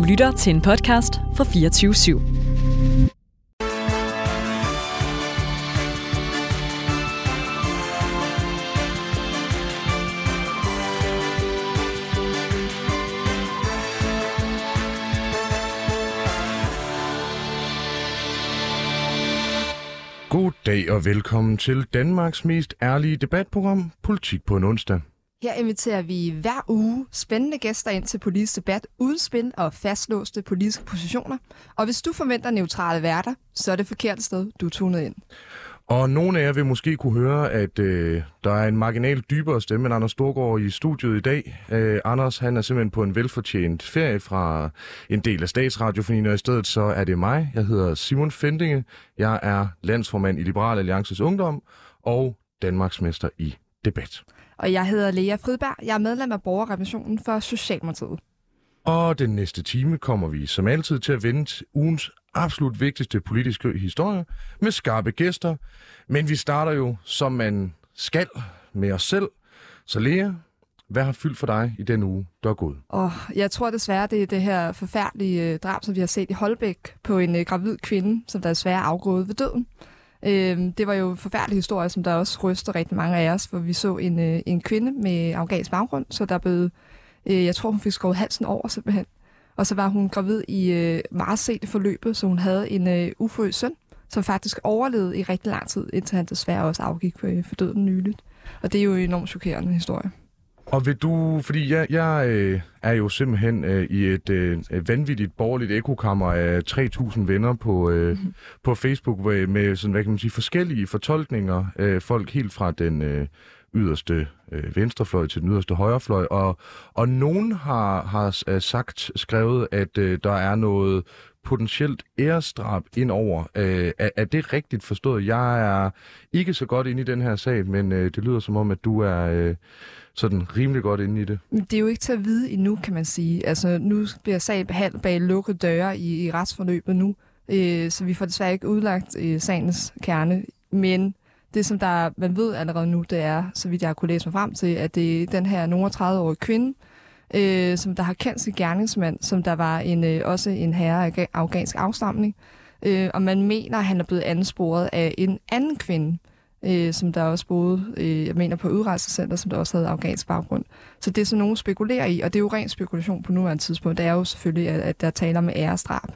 lytter til en podcast fra 24/7. God dag og velkommen til Danmarks mest ærlige debatprogram, Politik på en onsdag. Her inviterer vi hver uge spændende gæster ind til politisk debat uden spin og fastlåste politiske positioner. Og hvis du forventer neutrale værter, så er det forkert sted, du er tunet ind. Og nogle af jer vil måske kunne høre, at der er en marginalt dybere stemme end Anders Storgård i studiet i dag. Anders, han er simpelthen på en velfortjent ferie fra en del af Statsradiofonien, og i stedet så er det mig. Jeg hedder Simon Fendinge. Jeg er landsformand i Liberal Alliances Ungdom og Danmarksmester i debat. Og jeg hedder Lea Fridberg. Jeg er medlem af Borgerrepræsentationen for Socialdemokratiet. Og den næste time kommer vi som altid til at vende ugens absolut vigtigste politiske historie med skarpe gæster. Men vi starter jo, som man skal, med os selv. Så Lea, hvad har fyldt for dig i den uge, der er gået? Jeg tror desværre, det er det her forfærdelige drab, som vi har set i Holbæk på en gravid kvinde, som der desværre er afgået ved døden. Det var jo en forfærdelig historie, som der også ryster rigtig mange af os, for vi så en kvinde med afghansk baggrund, så der blev, jeg tror hun fik skåret halsen over simpelthen. Og så var hun gravid i meget sent i forløbet, så hun havde en ufødt søn, som faktisk overlevede i rigtig lang tid, indtil han desværre også afgik for døden nyligt. Og det er jo en enormt chokerende historie. Og vil du, fordi jeg er jo simpelthen i et vanvittigt borgerligt ekokammer af 3.000 venner på Facebook med sådan, hvad kan man sige, forskellige fortolkninger. Folk helt fra den yderste venstrefløj til den yderste højrefløj. Og nogen har skrevet, at der er noget potentielt æresdrab indover. Er det rigtigt forstået? Jeg er ikke så godt inde i den her sag, men det lyder som om, at du er sådan rimelig godt inde i det. Det er jo ikke til at vide endnu, kan man sige. Altså, nu bliver sagen behandlet bag lukkede døre i retsforløbet nu, så vi får desværre ikke udlagt sagens kerne. Men det, som man ved allerede nu, det er, så vidt jeg har kunne læse mig frem til, at det er den her nogen 30-årige kvinde, som der har kendt sin gerningsmand, som der var også en herre af afghansk afstamning. Og man mener, at han er blevet ansporet af en anden kvinde, som der også boede, jeg mener på udrejsecenter, som der også havde afghansk baggrund. Så det er sådan nogen spekulerer i, og det er jo ren spekulation på nuværende tidspunkt. Det er jo selvfølgelig, at der taler med æresdrab.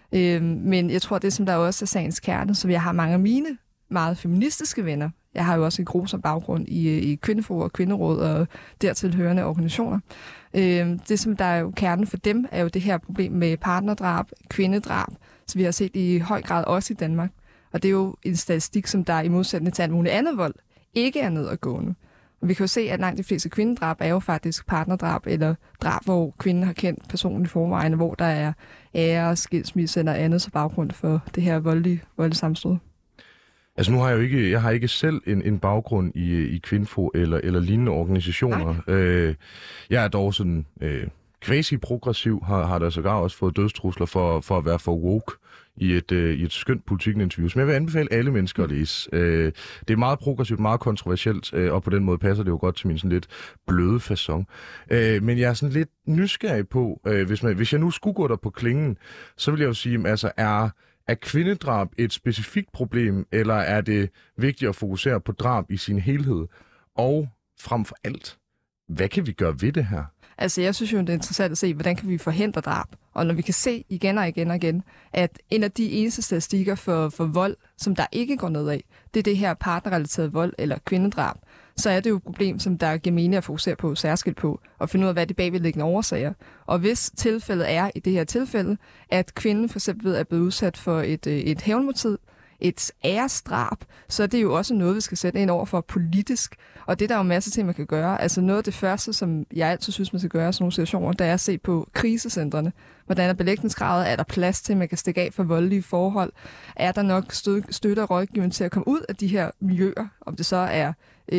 Men jeg tror, det som der også er sagens kerne, så jeg har mange af mine meget feministiske venner. Jeg har jo også en grusom baggrund i Kvindeforum og Kvinderåd og dertil hørende organisationer. Det, som der er jo kernen for dem, er jo det her problem med partnerdrab, kvindedrab, som vi har set i høj grad også i Danmark. Og det er jo en statistik, som der i modsætning til alt muligt andet vold ikke er nedadgående. Og vi kan jo se, at langt de fleste kvindedrab er jo faktisk partnerdrab eller drab, hvor kvinden har kendt personen i forvejen, hvor der er ære, skilsmisse eller andet som baggrund for det her voldelige sammenstød. Altså nu har jeg har ikke selv en baggrund i Kvinfo eller lignende organisationer. Jeg er dog sådan quasi-progressiv, har der sågar også fået dødstrusler for at være for woke i et skønt Politiken-interview, som jeg vil anbefale alle mennesker at læse. Det er meget progressivt, meget kontroversielt, og på den måde passer det jo godt til min sådan lidt bløde facon. Men jeg er sådan lidt nysgerrig på, hvis jeg nu skulle gå der på klingen, så vil jeg jo sige, altså er kvindedrab et specifikt problem, eller er det vigtigt at fokusere på drab i sin helhed? Og frem for alt, hvad kan vi gøre ved det her? Altså, jeg synes jo, det er interessant at se, hvordan kan vi forhindre drab? Og når vi kan se igen og igen, at en af de eneste statistikker for vold, som der ikke går nedad, det er det her partnerrelateret vold eller kvindedrab, så er det jo et problem, som der giver mening at fokusere på, særskilt på, og finde ud af, hvad de bagvedliggende årsager. Og hvis tilfældet er i det her tilfælde, at kvinden for eksempel er blevet udsat for et hævnmotiv, et æresdrab, så er det jo også noget, vi skal sætte ind over for politisk. Og det der er jo masser af ting, man kan gøre. Altså noget af det første, som jeg altid synes, man skal gøre i sådan nogle situationer, det er at se på krisecentrene. Hvordan er belægningsgradet? Er der plads til, at man kan stikke af for voldelige forhold? Er der nok støtte og rådgivning til at komme ud af de her miljøer? Om det så er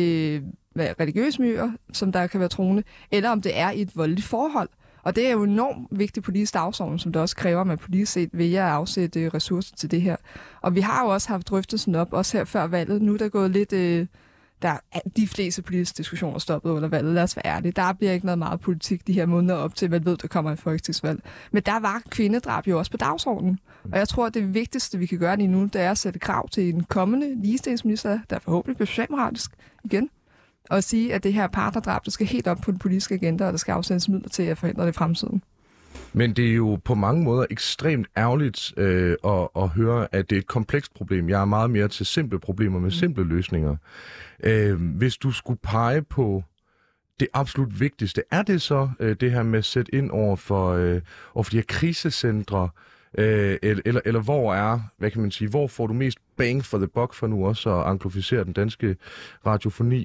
religiøse miljøer, som der kan være troende, eller om det er i et voldeligt forhold. Og det er jo enormt vigtig politisk dagsorden, som det også kræver, at man politisk set vil at afsætte ressourcer til det her. Og vi har jo også haft drøftelsen op, også her før valget. Nu er der gået lidt der er de fleste politiske diskussioner stoppet under valget. Lad os være ærlige. Der bliver ikke noget meget politik de her måneder op til, man ved, der kommer en folketingsvalg. Men der var kvindedrab jo også på dagsordenen. Og jeg tror, at det vigtigste, vi kan gøre lige nu, det er at sætte krav til en kommende ligestillingsminister, der forhåbentlig bliver socialdemokratisk igen, og sige, at det her partnerdrab, det skal helt op på den politiske agenda, og der skal afsættes midler til at forhindre det i fremtiden. Men det er jo på mange måder ekstremt ærgerligt at høre, at det er et komplekst problem. Jeg er meget mere til simple problemer med simple løsninger. Hvis du skulle pege på det absolut vigtigste, er det så det her med at sætte ind over for de her krisecentre, eller hvor får du mest bang for the buck for nu også at anglofisere den danske radiofoni?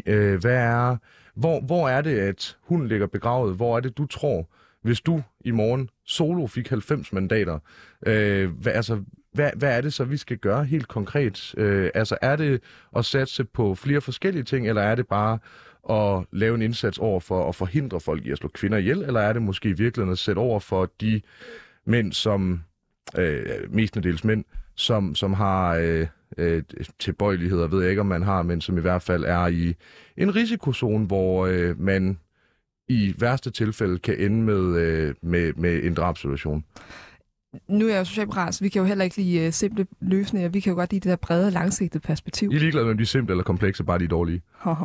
Hvor er det, at hun ligger begravet? Hvor er det, du tror, hvis du i morgen solo fik 90 mandater, hvad er det så, vi skal gøre helt konkret? Er det at satse på flere forskellige ting, eller er det bare at lave en indsats over for at forhindre folk i at slå kvinder ihjel, eller er det måske i virkeligheden at sætte over for de mænd, som mestendels mænd, som har tilbøjeligheder, ved jeg ikke, om man har, men som i hvert fald er i en risikozone, hvor man i værste tilfælde kan ende med en drabssituation. Nu er jeg jo socialdemokrat, så vi kan jo heller ikke lide simple løsninger. Vi kan jo godt lide det der brede, langsigtede perspektiv. I er ligeglade med, om de er simple eller komplekse, bare de er dårlige.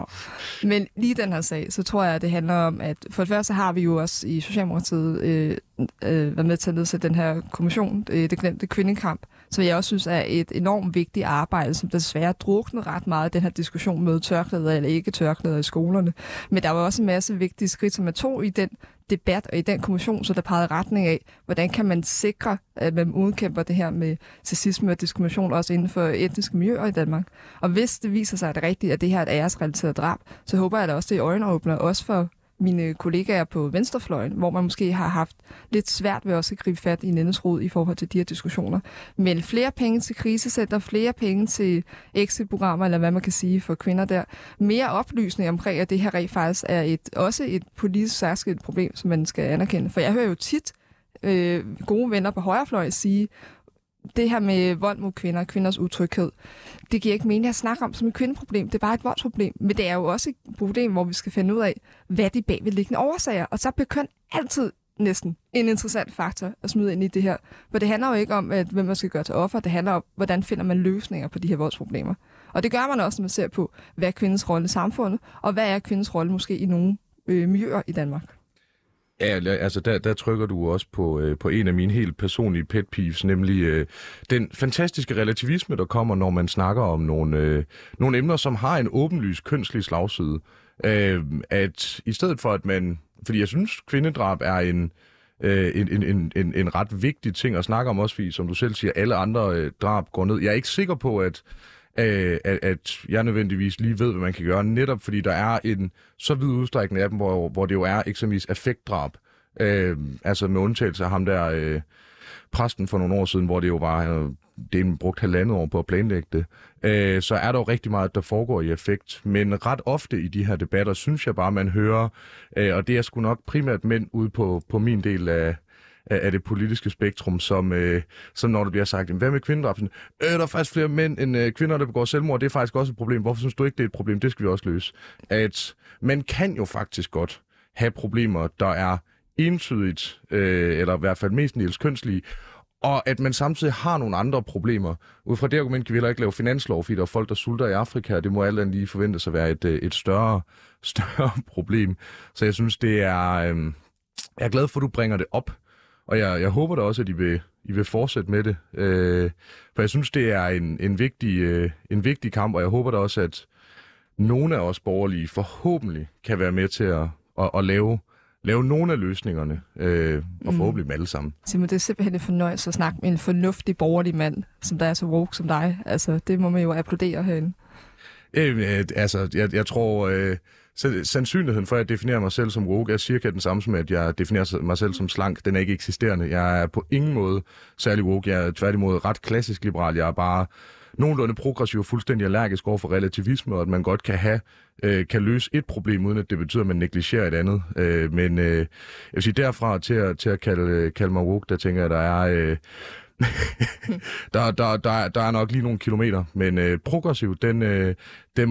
Men lige den her sag, så tror jeg, at det handler om, at for det første har vi jo også i Socialdemokratiet været med til at nedsætte den her kommission, det glemte kvindekamp, som jeg også synes er et enormt vigtigt arbejde, som desværre drukner ret meget i den her diskussion med tørklæder eller ikke tørklæder i skolerne. Men der var også en masse vigtige skridt, som man tog i den debat og i den kommission, så der pegede retning af, hvordan kan man sikre, at man udkæmper det her med sexisme og diskrimination også inden for etniske miljøer i Danmark. Og hvis det viser sig, at det er rigtigt, at det her er et æresrelateret drab, så håber jeg da også, det er øjenåbner, også for mine kollegaer på venstrefløjen, hvor man måske har haft lidt svært ved også at gribe fat i nældesrod i forhold til de her diskussioner. Men flere penge til krisecenter, flere penge til exit-programmer, eller hvad man kan sige for kvinder der. Mere oplysning omkring, at det her rent faktisk er også et politisk særskilt problem, som man skal anerkende. For jeg hører jo tit gode venner på højrefløj sige, det her med vold mod kvinder, kvinders utryghed, det giver ikke mening at snakke om som et kvindeproblem. Det er bare et voldsproblem. Men det er jo også et problem, hvor vi skal finde ud af, hvad de bagvedliggende årsager. Og så bliver køn altid næsten en interessant faktor at smide ind i det her. For det handler jo ikke om, hvem man skal gøre til offer. Det handler om, hvordan finder man løsninger på de her voldsproblemer. Og det gør man også, når man ser på, hvad er kvindens rolle i samfundet, og hvad er kvindens rolle måske i nogle miljøer i Danmark. Ja, altså der trykker du også på en af mine helt personlige pet peeves, nemlig den fantastiske relativisme, der kommer, når man snakker om nogle emner, som har en åbenlys kønslig slagside. At i stedet for, at man... Fordi jeg synes, kvindedrab er en ret vigtig ting at snakke om, også fordi, som du selv siger, alle andre drab går ned. Jeg er ikke sikker på, at jeg nødvendigvis lige ved, hvad man kan gøre, netop fordi der er en så vid udstrækning af dem, hvor det jo er eksempelvis affektdrab. Altså med undtagelse af ham der præsten for nogle år siden, hvor det jo var, det brugt 1,5 år på at planlægge det, så er der jo rigtig meget, der foregår i affekt. Men ret ofte i de her debatter, synes jeg bare, man hører, og det er sgu nok primært mænd ude på min del af det politiske spektrum, som når der bliver sagt, hvad med kvindedrab? Der er faktisk flere mænd end kvinder, der begår selvmord. Det er faktisk også et problem. Hvorfor synes du ikke, det er et problem? Det skal vi også løse. At man kan jo faktisk godt have problemer, der er entydigt, eller i hvert fald mestendels kønslige, og at man samtidig har nogle andre problemer. Ud fra det argument kan vi heller ikke lave finanslov, fordi der er folk, der sulter i Afrika, og det må alt andet lige forventes at være et større problem. Så jeg synes, det er... jeg er glad for, at du bringer det op. Og jeg håber da også, at I vil fortsætte med det. For jeg synes, det er en vigtig kamp, og jeg håber da også, at nogle af os borgerlige forhåbentlig kan være med til at lave nogle af løsningerne, og forhåbentlig med alle sammen. Simon, det er simpelthen en fornøjelse at snakke med en fornuftig borgerlig mand, som der er så woke som dig. Altså, det må man jo applaudere herinde. Jeg tror... sandsynligheden for, at jeg definerer mig selv som woke, er cirka den samme som, at jeg definerer mig selv som slank. Den er ikke eksisterende. Jeg er på ingen måde særlig woke. Jeg er tværtimod ret klassisk liberal. Jeg er bare nogenlunde progressiv og fuldstændig allergisk over for relativisme, og at man godt kan løse et problem, uden at det betyder, at man negligerer et andet. Men jeg vil sige, derfra til at kalde mig woke, der tænker jeg, der er... der er nok lige nogle kilometer, men progressiv, den må du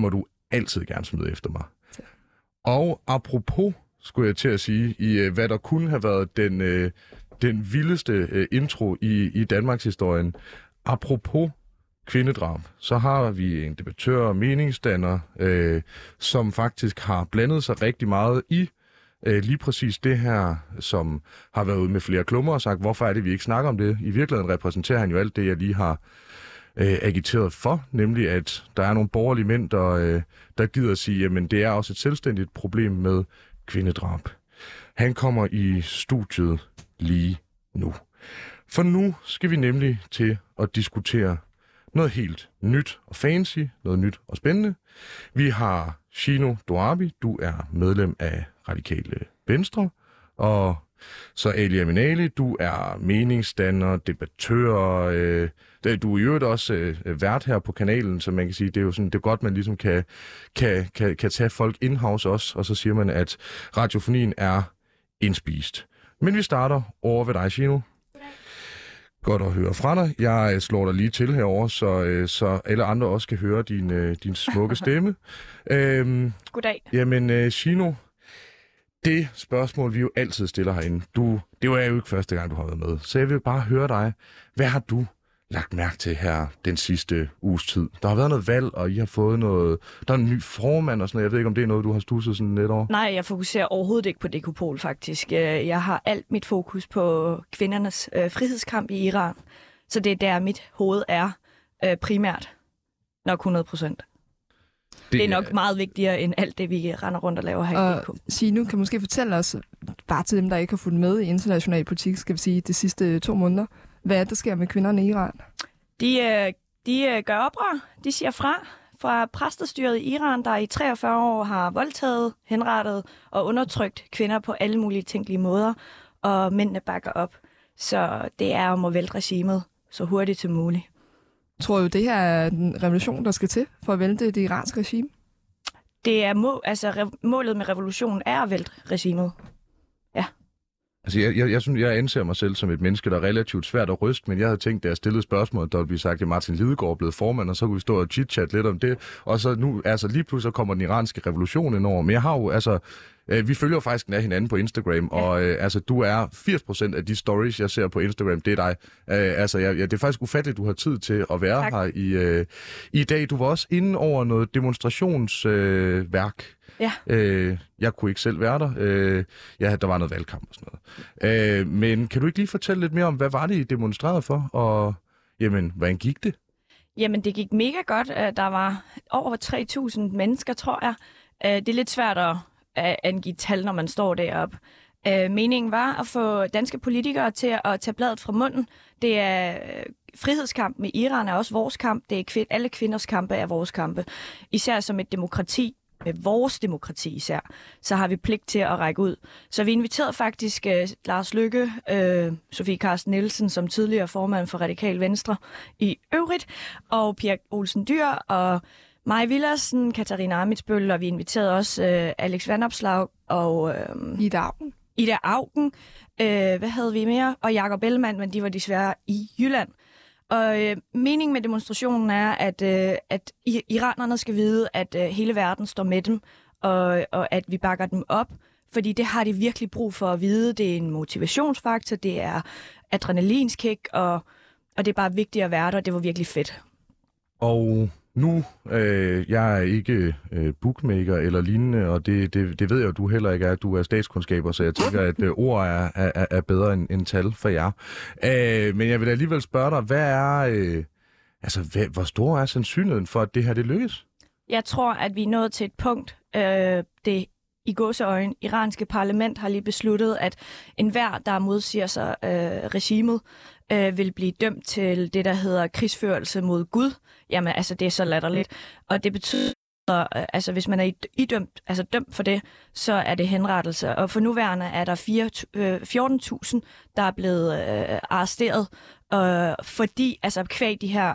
altid gerne smide efter mig. Og apropos, skulle jeg til at sige, i hvad der kunne have været den vildeste intro i Danmarks historien. Apropos kvindedrab, så har vi en debattør og meningsdanner, som faktisk har blandet sig rigtig meget i lige præcis det her, som har været ude med flere klummer og sagt, hvorfor er det, vi ikke snakker om det? I virkeligheden repræsenterer han jo alt det, jeg lige har agiteret for, nemlig at der er nogle borgerlige mænd, der gider at sige, jamen det er også et selvstændigt problem med kvindedrab. Han kommer i studiet lige nu. For nu skal vi nemlig til at diskutere noget helt nyt og fancy, noget nyt og spændende. Vi har Shino Dorabi, du er medlem af Radikale Venstre, og så Ali Aminali, du er meningsdanner, debattør, du er i øvrigt også vært her på kanalen, så man kan sige, det er jo sådan, det er godt, man ligesom kan tage folk in-house også, og så siger man, at radiofonien er indspist. Men vi starter over ved dig, Shino. Godt at høre fra dig. Jeg slår dig lige til herover, så alle andre også kan høre din smukke stemme. Goddag. Jamen, Shino, det spørgsmål, vi jo altid stiller herinde, det var jo ikke første gang, du har været med, så jeg vil bare høre dig. Hvad har du lagt mærke til her den sidste uges tid? Der har været noget valg, og I har fået noget... Der er en ny formand og sådan noget. Jeg ved ikke, om det er noget, du har studset sådan lidt over? Nej, jeg fokuserer overhovedet ikke på Dekopol, faktisk. Jeg har alt mit fokus på kvindernes frihedskamp i Iran. Så det er der, mit hoved er primært. Nok 100%. Det er nok meget vigtigere end alt det, vi render rundt og laver her i DK. Shino kan måske fortælle os, bare til dem, der ikke har fulgt med i international politik, skal vi sige, de sidste 2 måneder, hvad der sker med kvinderne i Iran? De gør oprør. De siger fra præstestyret i Iran, der i 43 år har voldtaget, henrettet og undertrykt kvinder på alle mulige tænkelige måder, og mændene bakker op. Så det er om at vælte regimet så hurtigt som muligt. Tror du, det her er en revolution, der skal til for at vælte det iranske regime? Det er målet med revolutionen er at vælte regimet. Ja. Altså, jeg anser mig selv som et menneske, der er relativt svært at ryste, men jeg havde tænkt, da jeg stillede spørgsmål, der ville blive sagt, at Martin Lidegaard er blevet formand, og så kunne vi stå og chit-chat lidt om det. Og så nu, altså lige pludselig kommer den iranske revolution indover. Men jeg har jo, vi følger jo faktisk af hinanden på Instagram, og du er 80% af de stories, jeg ser på Instagram, det er dig. Det er faktisk ufatteligt, du har tid til at være her i dag. Du var også inde over noget demonstrationsværk. Ja. Jeg kunne ikke selv være der. Der var noget valgkamp og sådan noget. Men kan du ikke lige fortælle lidt mere om, hvad var det, I demonstrerede for, og jamen, hvordan gik det? Jamen, det gik mega godt. Der var over 3.000 mennesker, tror jeg. Det er lidt svært at angive tal, når man står deroppe. Meningen var at få danske politikere til at tage bladet fra munden. Det er frihedskamp med Iran er også vores kamp. Det er alle kvinders kampe er vores kampe. Især som et demokrati, med vores demokrati især, så har vi pligt til at række ud. Så vi inviterede faktisk Lars Løkke, Sofie Carsten Nielsen, som tidligere formand for Radikale Venstre i øvrigt, og Pia Olsen Dyhr, og Maja Villersen, Katarina Amitsbøl, og vi inviterede også Alex Vanopslagh og Ida Auken. Hvad havde vi mere? Og Jakob Ellemann, men de var desværre i Jylland. Og meningen med demonstrationen er, at iranerne skal vide, at hele verden står med dem, og at vi bakker dem op, fordi det har de virkelig brug for at vide. Det er en motivationsfaktor, det er adrenalinskick, og det er bare vigtigt at være der, og det var virkelig fedt. Og nu, jeg er ikke bookmaker eller lignende, og det ved jeg jo, du heller ikke er. Du er statskundskaber, så jeg tænker, at ord er bedre end tal for jer. Men jeg vil alligevel spørge dig, hvad er, hvor stor er sandsynligheden for, at det her det lykkes? Jeg tror, at vi er nået til et punkt, det i gåseøjne iranske parlament har lige besluttet, at enhver, der modsiger sig regimet, vil blive dømt til det, der hedder krigsførelse mod Gud. Jamen, det er så latterligt. Og det betyder, hvis man er dømt for det, så er det henrettelse. Og for nuværende er der 14.000, der er blevet arresteret, fordi, kvæg de her,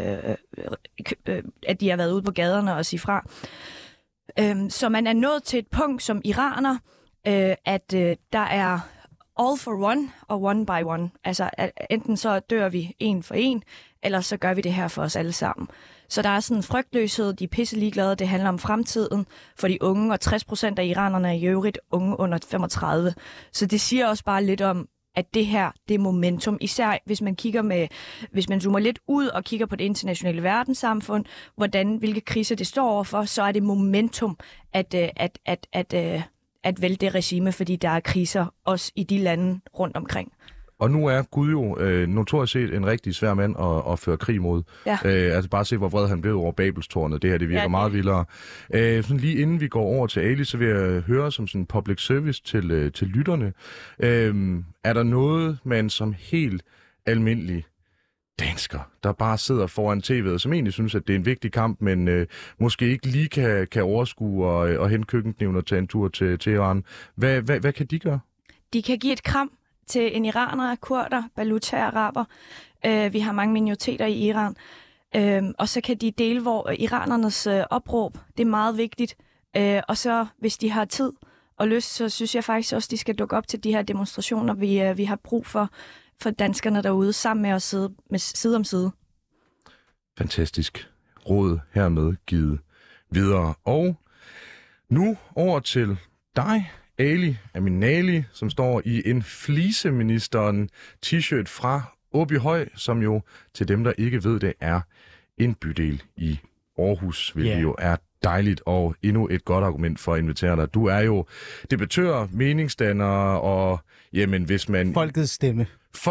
at de har været ude på gaderne og sige fra. Så man er nået til et punkt som iraner, at der er all for one og one by one. Enten så dør vi en for en, ellers så gør vi det her for os alle sammen. Så der er sådan en frygtløshed, de er pisse ligeglade, det handler om fremtiden for de unge, og 60% af iranerne er i øvrigt unge under 35. Så det siger også bare lidt om, at det her, det er momentum. Især hvis man zoomer lidt ud og kigger på det internationale verdenssamfund, hvilke kriser det står overfor, så er det momentum at vælte det regime, fordi der er kriser også i de lande rundt omkring. Og nu er Gud jo notorisk set en rigtig svær mand at føre krig mod. Ja. Altså bare se, hvor vred han blev over Babelstårnet. Det her, det virker meget vildere. Sådan lige inden vi går over til Ali, så vil jeg høre som sådan public service til lytterne. Er der noget, man som helt almindelig dansker, der bare sidder foran tv'et, som egentlig synes, at det er en vigtig kamp, men måske ikke lige kan overskue og hente køkkenkniven og tage en tur til Iran. Hvad kan de gøre? De kan give et kram til en iraner, kurder, balucher, araber. Vi har mange minoriteter i Iran. Og så kan de dele iranernes opråb. Det er meget vigtigt. Og så, hvis de har tid og lyst, så synes jeg faktisk også, de skal dukke op til de her demonstrationer, vi har brug for danskerne derude, sammen med os side om side. Fantastisk. Råd hermed givet videre. Og nu over til dig, Ali Aminali, som står i en fliseministeren t-shirt fra Åbyhøj, som jo til dem, der ikke ved det, er en bydel i Aarhus, hvilket jo er dejligt, og endnu et godt argument for at invitere dig. Du er jo debattør, meningsdanner og, jamen, hvis man... Folkets stemme.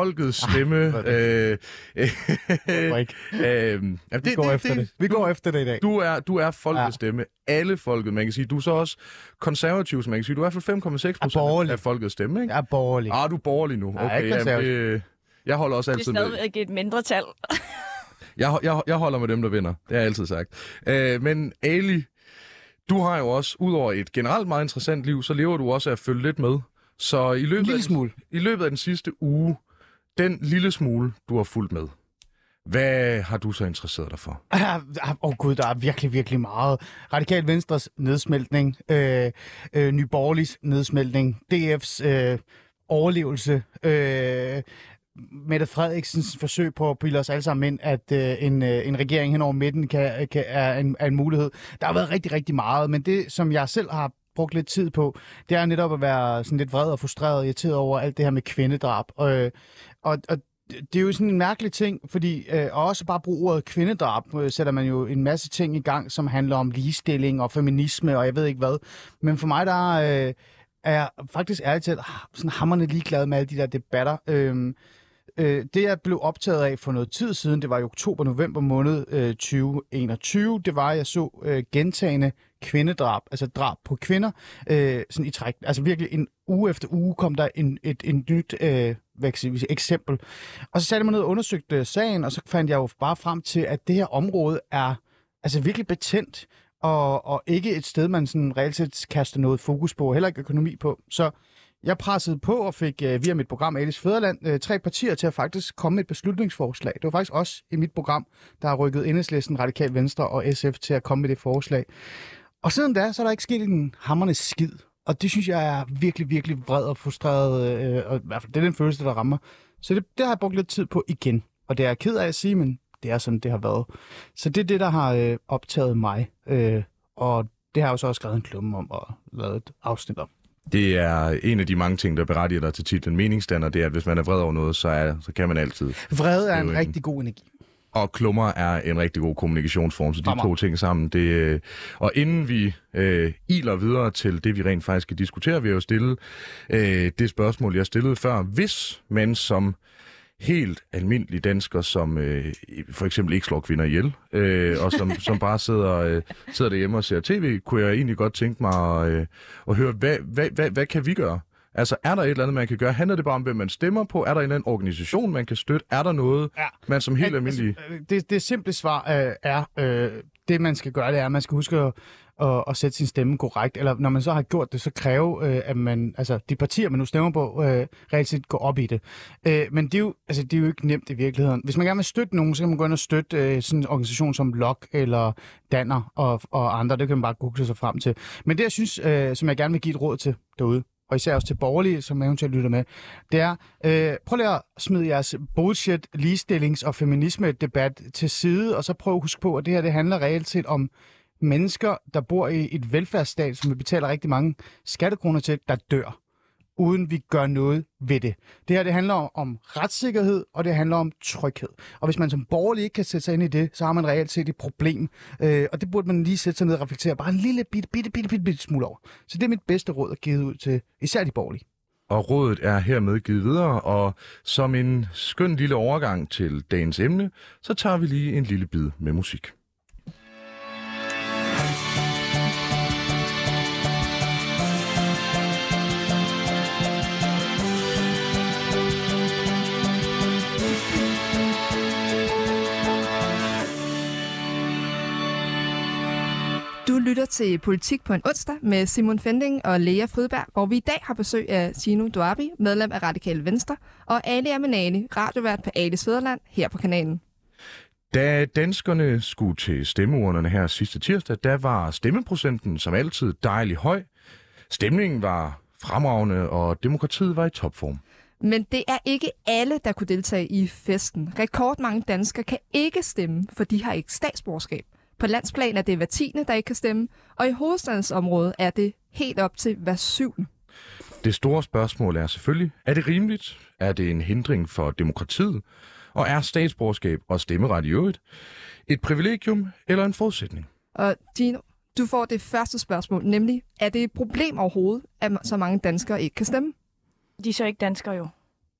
Vi går efter det i dag. Du er folkets stemme. Alle folket, man kan sige. Du er så også konservativ, som man kan sige. Du er i hvert fald 5,6% af folkets stemme, ikke? Jeg er borgerlig. Du er borgerlig nu. Okay, jeg holder også altid... Det er stadigvæk et mindretal. Jeg holder med dem, der vinder. Det har jeg altid sagt. Men Ali, du har jo også, udover et generelt meget interessant liv, så lever du også af at følge lidt med. Så i løbet af den sidste uge, den lille smule, du har fulgt med, hvad har du så interesseret dig for? Gud, der er virkelig, virkelig meget. Radikal Venstres nedsmeltning, Nye Borgerliges nedsmeltning, DF's overlevelse, Mette Frederiksens forsøg på at bilde os alle sammen ind, at en regering hen over midten er en mulighed. Der har været rigtig, rigtig meget, men det, som jeg selv har brugt lidt tid på, det er netop at være sådan lidt vred og frustreret og irriteret over alt det her med kvindedrab. Og det er jo sådan en mærkelig ting, fordi også bare bruge ordet kvindedrab, sætter man jo en masse ting i gang, som handler om ligestilling og feminisme og jeg ved ikke hvad. Men for mig, der er jeg faktisk ærligt talt sådan hamrende ligeglad med alle de der debatter. Det, jeg blev optaget af for noget tid siden, det var i oktober-november måned 2021, det var, at jeg så gentagende kvindedrab, altså drab på kvinder, sådan i træk. Altså virkelig en uge efter uge kom der et nyt eksempel. Og så satte jeg mig ned og undersøgte sagen, og så fandt jeg jo bare frem til, at det her område er altså virkelig betændt, og ikke et sted, man sådan reelt set kaster noget fokus på, heller ikke økonomi på. Så jeg pressede på og fik via mit program Alis Fædreland 3 partier til at faktisk komme med et beslutningsforslag. Det var faktisk også i mit program, der har rykket Enhedslisten, Radikal Venstre og SF til at komme med det forslag. Og siden da, så er der ikke sket en hamrende skid. Og det synes jeg er virkelig, virkelig vred og frustreret. Og i hvert fald, det er den følelse, der rammer. Så det har jeg brugt lidt tid på igen. Og det er jeg ked af at sige, men det er sådan, det har været. Så det er det, der har optaget mig. Og det har jeg jo så også skrevet en klumme om og lavet et afsnit om. Det er en af de mange ting, der berettiger dig til titlen meningsdanner, det er, at hvis man er vred over noget, så kan man altid. Vred er en rigtig god energi. Og klummer er en rigtig god kommunikationsform, så de to ting sammen. Og inden vi iler videre til det, vi rent faktisk skal diskutere, vil jeg jo stille det spørgsmål, jeg stillede før. Hvis man som helt almindelige dansker, som for eksempel ikke slår kvinder ihjel, og som bare sidder derhjemme og ser tv, kunne jeg egentlig godt tænke mig at høre, hvad kan vi gøre? Altså, er der et eller andet, man kan gøre? Handler det bare om, hvem man stemmer på? Er der en eller anden organisation, man kan støtte? Er der noget, man som helt almindelig... Det simple svar er, det man skal gøre, det er, at man skal huske at sætte sin stemme korrekt. Eller når man så har gjort det, så kræve, at man, altså de partier, man nu stemmer på, reelt set går op i det. Men det er jo ikke nemt i virkeligheden. Hvis man gerne vil støtte nogen, så kan man gå ind og støtte sådan en organisation som LOK eller Danner og andre. Det kan man bare google sig frem til. Men det, jeg synes, som jeg gerne vil give et råd til derude, og især også til borgerlige, som eventuelt lytter med, det er, prøv lige at smide jeres bullshit, ligestillings- og feminisme-debat til side, og så prøv at huske på, at det her det handler reelt set om mennesker, der bor i et velfærdsstat, som vi betaler rigtig mange skattekroner til, der dør, uden vi gør noget ved det. Det her det handler om retssikkerhed, og det handler om tryghed. Og hvis man som borgerlig ikke kan sætte sig ind i det, så har man reelt set et problem. Og det burde man lige sætte sig ned og reflektere bare en lille bitte smule over. Så det er mit bedste råd at give ud til især de borgerlige. Og rådet er hermed givet videre, og som en skøn lille overgang til dagens emne, så tager vi lige en lille bid med musik. Du lytter til Politik på en onsdag med Simon Fending og Lea Frydberg, hvor vi i dag har besøg af Tino Duabi, medlem af Radikale Venstre, og Ali Aminali, radiovært på Alis Fædreland, her på kanalen. Da danskerne skulle til stemmeurnerne her sidste tirsdag, der var stemmeprocenten som altid dejlig høj. Stemningen var fremragende, og demokratiet var i topform. Men det er ikke alle, der kunne deltage i festen. Rekordmange danskere kan ikke stemme, for de har ikke statsborgerskab. På landsplan er det hver 10., der ikke kan stemme, og i hovedstadsområdet er det helt op til hver 7. Det store spørgsmål er selvfølgelig, er det rimeligt? Er det en hindring for demokratiet? Og er statsborgerskab og stemmeret i øvrigt et privilegium eller en forudsætning? Og Dino, du får det første spørgsmål, nemlig, er det et problem overhovedet, at så mange danskere ikke kan stemme? De er så ikke danskere jo.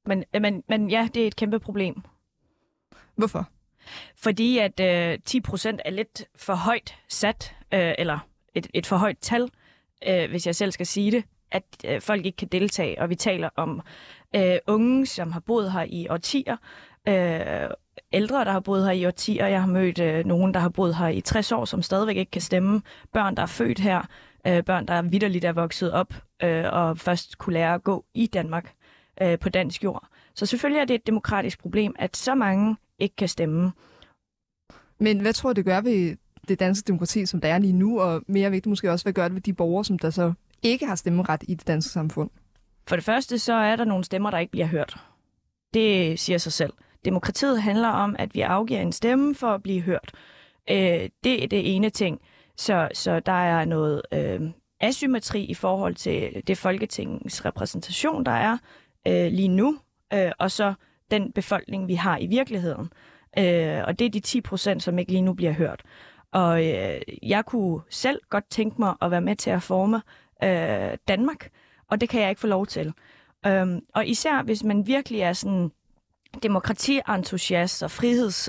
Men ja, det er et kæmpe problem. Hvorfor? Fordi at 10% er lidt for højt sat, eller et for højt tal, hvis jeg selv skal sige det, at folk ikke kan deltage. Og vi taler om unge, som har boet her i årtier, ældre, der har boet her i årtier. Jeg har mødt nogen, der har boet her i 60 år, som stadigvæk ikke kan stemme. Børn, der er født her. Børn, der vitterligt er vokset op og først kunne lære at gå i Danmark på dansk jord. Så selvfølgelig er det et demokratisk problem, at så mange ikke kan stemme. Men hvad tror du, det gør ved det danske demokrati, som der er lige nu, og mere vigtigt måske også, hvad gør det ved de borgere, som der så ikke har stemmeret i det danske samfund? For det første, så er der nogle stemmer, der ikke bliver hørt. Det siger sig selv. Demokratiet handler om, at vi afgiver en stemme for at blive hørt. Det er det ene ting. Så der er noget asymmetri i forhold til det folketingets repræsentation, der er lige nu, og så den befolkning, vi har i virkeligheden. Og det er de 10%, som ikke lige nu bliver hørt. Og jeg kunne selv godt tænke mig at være med til at forme Danmark, og det kan jeg ikke få lov til. Og især hvis man virkelig er sådan demokrati-entusiast og friheds...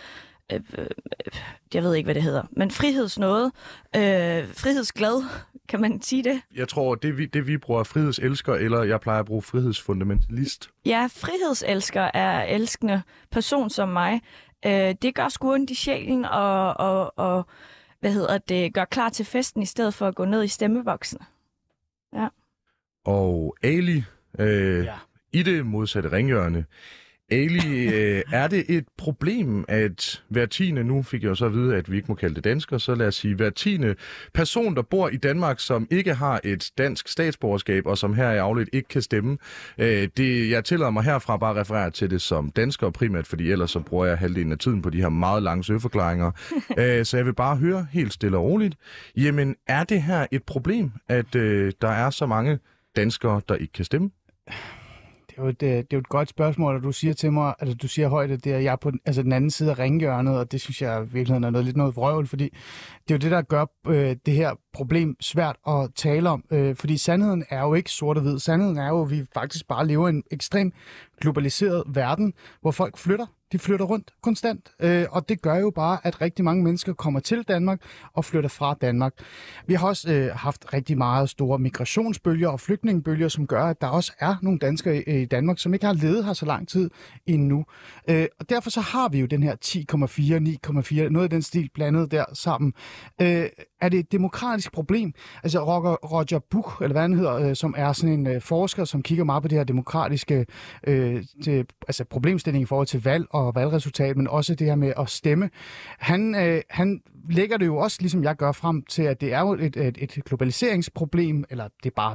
jeg ved ikke, hvad det hedder, men frihedsglad, kan man sige det? Jeg tror, det vi bruger frihedselsker, eller jeg plejer at bruge frihedsfundamentalist. Ja, frihedselsker er elskende person som mig. Det gør sgu ondt i sjælen og gør klar til festen, i stedet for at gå ned i stemmeboksen. Ja. Og Ali, i det modsatte ringhjørne, Ali, er det et problem, at hver 10. nu fik jeg jo så at vide, at vi ikke må kalde det dansker, så lad os sige, hver 10. person, der bor i Danmark, som ikke har et dansk statsborgerskab, og som her i afledt ikke kan stemme. Jeg tillader mig herfra bare at referere til det som dansker primært, fordi ellers så bruger jeg halvdelen af tiden på de her meget lange søgeforklaringer. Så jeg vil bare høre helt stille og roligt, jamen er det her et problem, at der er så mange danskere, der ikke kan stemme? Det er jo et godt spørgsmål, og du siger til mig, altså du siger højt, at det er jeg på den anden side af ringhjørnet, og det synes jeg virkelig er lidt noget vrøvl, fordi det er jo det, der gør det her problem svært at tale om, fordi sandheden er jo ikke sort og hvid. Sandheden er jo, at vi faktisk bare lever i en ekstremt globaliseret verden, hvor folk flytter. De flytter rundt konstant, og det gør jo bare, at rigtig mange mennesker kommer til Danmark og flytter fra Danmark. Vi har også haft rigtig meget store migrationsbølger og flygtningebølger, som gør, at der også er nogle danskere i Danmark, som ikke har levet her så lang tid endnu. Og derfor så har vi jo den her 10,4, 9,4, noget af den stil blandet der sammen. Er det et demokratisk problem? Altså Roger Buch, eller hvad han hedder, som er sådan en forsker, som kigger meget på det her demokratiske problemstilling i forhold til valg og valgresultat, men også det her med at stemme. Han lægger det jo også, ligesom jeg gør, frem til, at det er jo et globaliseringsproblem, eller det er bare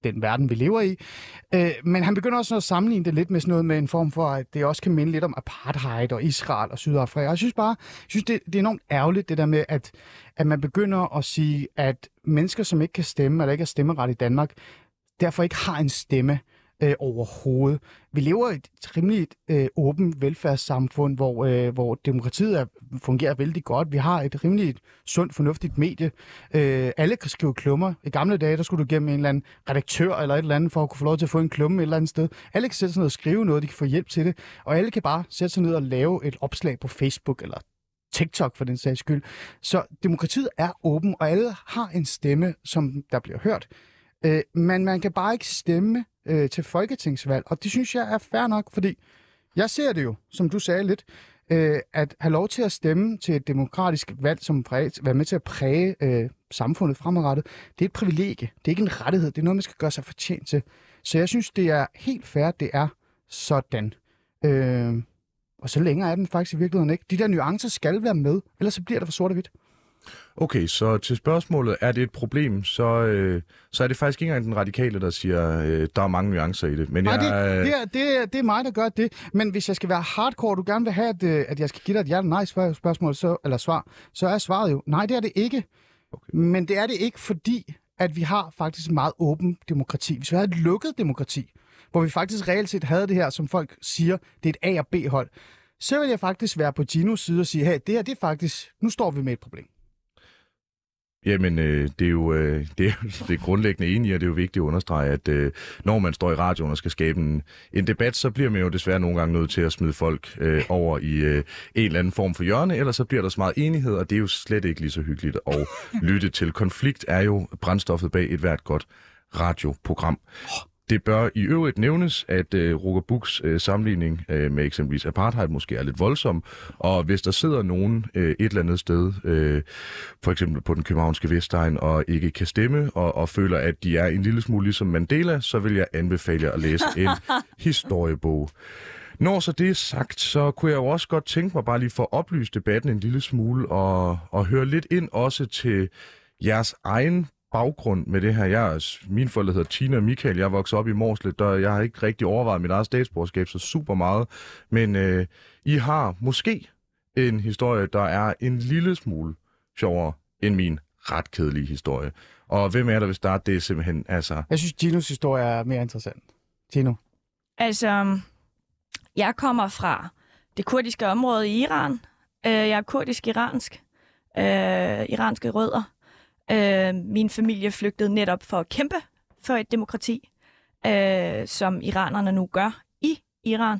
den verden, vi lever i. Men han begynder også at sammenligne det lidt med sådan noget med en form for, at det også kan minde lidt om apartheid og Israel og Sydafrika. Jeg synes det er enormt ærgerligt, det der med, at man begynder at sige, at mennesker, som ikke kan stemme, eller ikke har stemmeret i Danmark, derfor ikke har en stemme overhovedet. Vi lever i et rimelig åbent velfærdssamfund, hvor demokratiet fungerer vældig godt. Vi har et rimelig sundt, fornuftigt medie. Alle kan skrive klummer. I gamle dage, der skulle du gennem en eller anden redaktør eller et eller andet, for at kunne få lov til at få en klumme et eller andet sted. Alle kan sætte sig ned og skrive noget, de kan få hjælp til det. Og alle kan bare sætte sig ned og lave et opslag på Facebook eller TikTok for den sags skyld. Så demokratiet er åben, og alle har en stemme, som der bliver hørt. Men man kan bare ikke stemme til folketingsvalg, og det synes jeg er fair nok, fordi jeg ser det jo, som du sagde lidt, at have lov til at stemme til et demokratisk valg, som være med til at præge samfundet fremadrettet, det er et privilegie, det er ikke en rettighed, det er noget, man skal gøre sig fortjent til. Så jeg synes, det er helt fair, det er sådan. Og så længere er den faktisk i virkeligheden ikke. De der nuancer skal være med, ellers så bliver det for sort og hvidt. Okay, så til spørgsmålet, er det et problem, så er det faktisk ikke engang den radikale, der siger, der er mange nuancer i det. Men nej, det er mig, der gør det. Men hvis jeg skal være hardcore, du gerne vil have, at jeg skal give dig et ja eller nej spørgsmål, eller svar, så er svaret jo, nej, det er det ikke. Okay. Men det er det ikke, fordi at vi har faktisk meget åben demokrati. Hvis vi havde et lukket demokrati, hvor vi faktisk reelt set havde det her, som folk siger, det er et A- og B-hold, så vil jeg faktisk være på Ginos side og sige, hey, det her, det er faktisk, nu står vi med et problem. Jamen, det er grundlæggende enige, og det er jo vigtigt at understrege, at når man står i radioen og skal skabe en debat, så bliver man jo desværre nogle gange nødt til at smide folk over i en eller anden form for hjørne, ellers så bliver der så meget enighed, og det er jo slet ikke lige så hyggeligt at lytte til. Konflikt er jo brændstoffet bag et hvert godt radioprogram. Det bør i øvrigt nævnes, at Roger Buchs sammenligning med eksempelvis apartheid måske er lidt voldsom, og hvis der sidder nogen et eller andet sted, for eksempel på den københavnske Vestegn, og ikke kan stemme, og føler, at de er en lille smule ligesom Mandela, så vil jeg anbefale jer at læse en historiebog. Når så det er sagt, så kunne jeg jo også godt tænke mig bare lige for at oplyse debatten en lille smule, og høre lidt ind også til jeres egen baggrund med det her. Mine forældre hedder Tina og Michael. Jeg er vokset op i Mårslet, og jeg har ikke rigtig overvejet mit eget statsborgerskab så super meget. Men I har måske en historie, der er en lille smule sjovere end min ret kedelige historie. Og hvem er der vil starte? Det er simpelthen, altså... Jeg synes, Ginos historie er mere interessant. Gino? Altså, jeg kommer fra det kurdiske område i Iran. Jeg er kurdisk-iransk. Iranske rødder. Min familie flygtede netop for at kæmpe for et demokrati, som iranerne nu gør i Iran.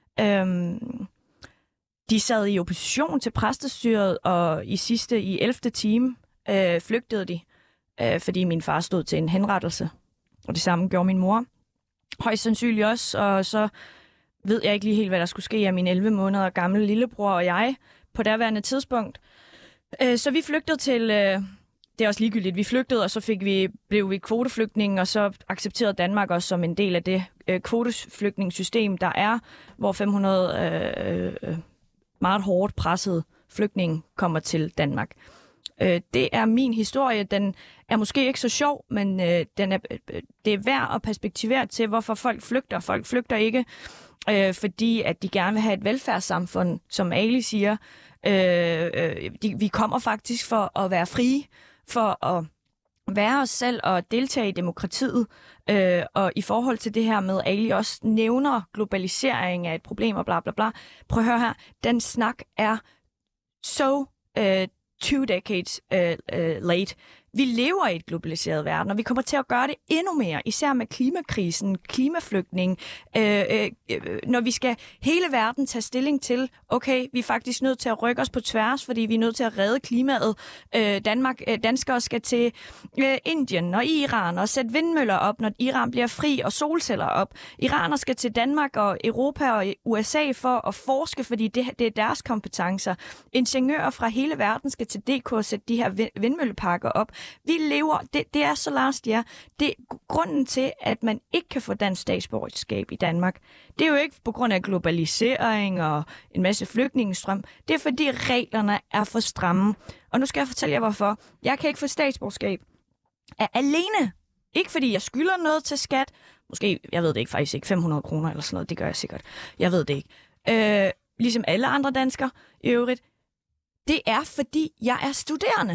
De sad i opposition til præstestyret, og i 11. time flygtede de, fordi min far stod til en henrettelse. Og det samme gjorde min mor. Højst sandsynligt også, og så ved jeg ikke lige helt, hvad der skulle ske af min 11 måneder gamle lillebror og jeg på derværende tidspunkt. Så vi flygtede til... Det er også ligegyldigt. Vi flygtede, og så blev vi kvoteflygtninge, og så accepterede Danmark os som en del af det kvoteflygtningssystem, der er, hvor 500 meget hårdt pressede flygtninge kommer til Danmark. Det er min historie. Den er måske ikke så sjov, men det er værd at perspektivere til, hvorfor folk flygter. Folk flygter ikke, fordi at de gerne vil have et velfærdssamfund, som Ali siger. Vi kommer faktisk for at være frie, for at være os selv og deltage i demokratiet. Og i forhold til det her med, at Ali også nævner globalisering af et problem og bla bla bla. Prøv at høre her. Den snak er so 2 decades late. Vi lever i et globaliseret verden, og vi kommer til at gøre det endnu mere, især med klimakrisen, klimaflygtning, når vi skal hele verden tage stilling til, okay, vi er faktisk nødt til at rykke os på tværs, fordi vi er nødt til at redde klimaet. Danskere skal til Indien og Iran og sætte vindmøller op, når Iran bliver fri, og solceller op. Iranere skal til Danmark og Europa og USA for at forske, fordi det er deres kompetencer. Ingeniører fra hele verden skal til DK og sætte de her vindmølleparker op. Vi lever, det er så last year. Det er grunden til, at man ikke kan få dansk statsborgerskab i Danmark. Det er jo ikke på grund af globalisering og en masse flygtningestrøm. Det er fordi reglerne er for stramme. Og nu skal jeg fortælle jer hvorfor. Jeg kan ikke få statsborgerskab alene Ikke fordi jeg skylder noget til skat. Måske, jeg ved det ikke, faktisk ikke 500 kroner eller sådan noget. Det gør jeg sikkert. Jeg ved det ikke. Ligesom alle andre danskere i øvrigt. Det er, fordi jeg er studerende.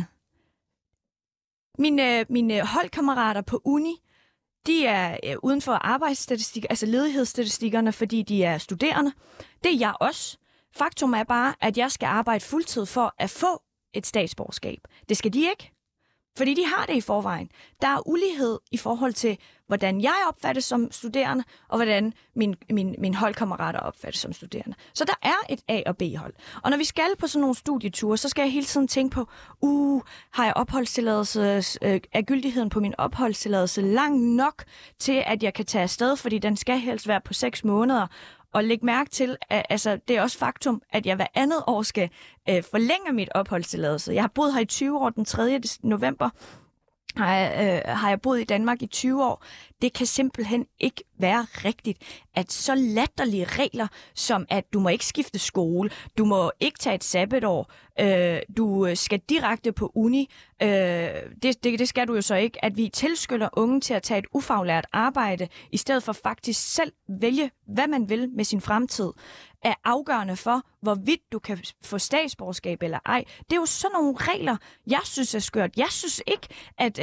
Mine holdkammerater på uni, de er uden for arbejdsstatistikker, altså ledighedsstatistikkerne, fordi de er studerende. Det er jeg også. Faktum er bare, at jeg skal arbejde fuldtid for at få et statsborgerskab. Det skal de ikke, fordi de har det i forvejen. Der er ulighed i forhold til, hvordan jeg opfattes som studerende, og hvordan mine holdkammerater opfattes som studerende. Så der er et A- og B-hold. Og når vi skal på sådan nogle studieture, så skal jeg hele tiden tænke på, har jeg opholdstilladelse, er gyldigheden på min opholdstilladelse lang nok til, at jeg kan tage afsted, fordi den skal helst være på 6 måneder. Og læg mærke til, at altså, det er også faktum, at jeg hver andet år skal forlænge mit opholdstilladelse. Jeg har boet her i 20 år, den 3. november har jeg boet i Danmark i 20 år. Det kan simpelthen ikke være rigtigt, at så latterlige regler, som at du må ikke skifte skole, du må ikke tage et sabbatår, du skal direkte på uni, det skal du jo så ikke, at vi tilskynder unge til at tage et ufaglært arbejde, i stedet for faktisk selv vælge, hvad man vil med sin fremtid, er afgørende for, hvorvidt du kan få statsborgerskab eller ej. Det er jo sådan nogle regler, jeg synes er skørt. Jeg synes ikke, at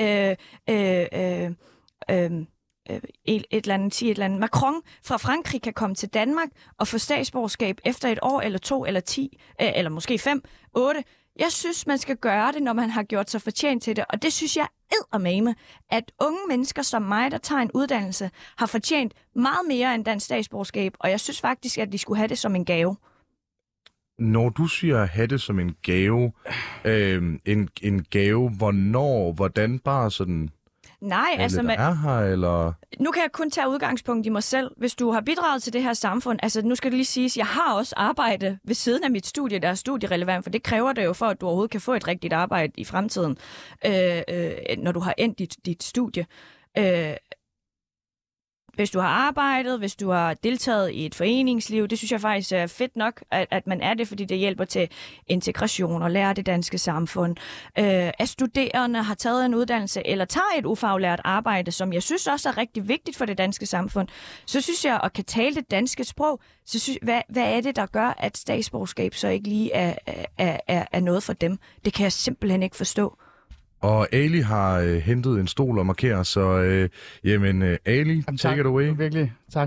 et eller andet Macron fra Frankrig kan komme til Danmark og få statsborgerskab efter 1 år eller 2 eller 10 eller måske 5, 8. Jeg synes, man skal gøre det, når man har gjort sig fortjent til det, og det synes jeg eddermame, at unge mennesker som mig, der tager en uddannelse, har fortjent meget mere end dansk statsborgerskab, og jeg synes faktisk, at de skulle have det som en gave. Når du siger at have det som en gave, en gave, hvordan bare sådan... Nej, altså... er her, eller... Nu kan jeg kun tage udgangspunkt i mig selv. Hvis du har bidraget til det her samfund, altså nu skal det lige siges, jeg har også arbejde ved siden af mit studie, der er studierelevant, for det kræver det jo for, at du overhovedet kan få et rigtigt arbejde i fremtiden, når du har endt dit studie. Hvis du har arbejdet, hvis du har deltaget i et foreningsliv, det synes jeg faktisk er fedt nok, at man er det, fordi det hjælper til integration og lære det danske samfund. At studerende har taget en uddannelse eller tager et ufaglært arbejde, som jeg synes også er rigtig vigtigt for det danske samfund, så synes jeg, at kan tale det danske sprog, så synes jeg, hvad er det, der gør, at statsborgerskab så ikke lige er noget for dem? Det kan jeg simpelthen ikke forstå. Og Ali har hentet en stol og markerer, så Ali, take it away. Virkelig, tak.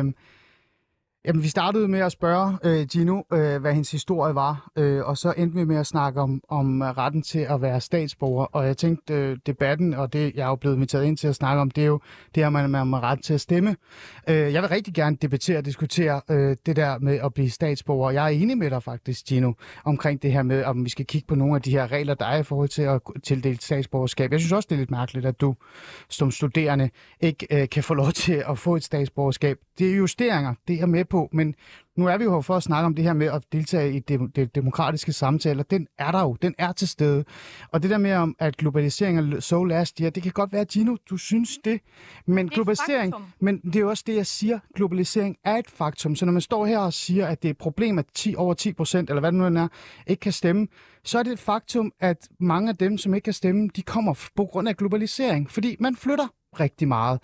Jamen, vi startede med at spørge Gino, hvad hendes historie var, og så endte vi med at snakke om retten til at være statsborger. Og jeg tænkte, debatten, og det jeg er jo blevet inviteret ind til at snakke om, det er jo det her, man har ret til at stemme. Jeg vil rigtig gerne debattere og diskutere det der med at blive statsborger. Jeg er enig med dig faktisk, Gino, omkring det her med, om vi skal kigge på nogle af de her regler, der er i forhold til at tildele statsborgerskab. Jeg synes også, det er lidt mærkeligt, at du som studerende ikke kan få lov til at få et statsborgerskab. Det er justeringer, det er jeg med på, men nu er vi jo for at snakke om det her med at deltage i det demokratiske samtaler. Den er der jo, den er til stede. Og det der med, at globalisering er so last year, det kan godt være, Gino, du synes det. Men globalisering, men det er jo også det, jeg siger. Globalisering er et faktum. Så når man står her og siger, at det er et problem, at over 10%, eller hvad det nu er, ikke kan stemme, så er det et faktum, at mange af dem, som ikke kan stemme, de kommer på grund af globalisering. Fordi man flytter rigtig meget.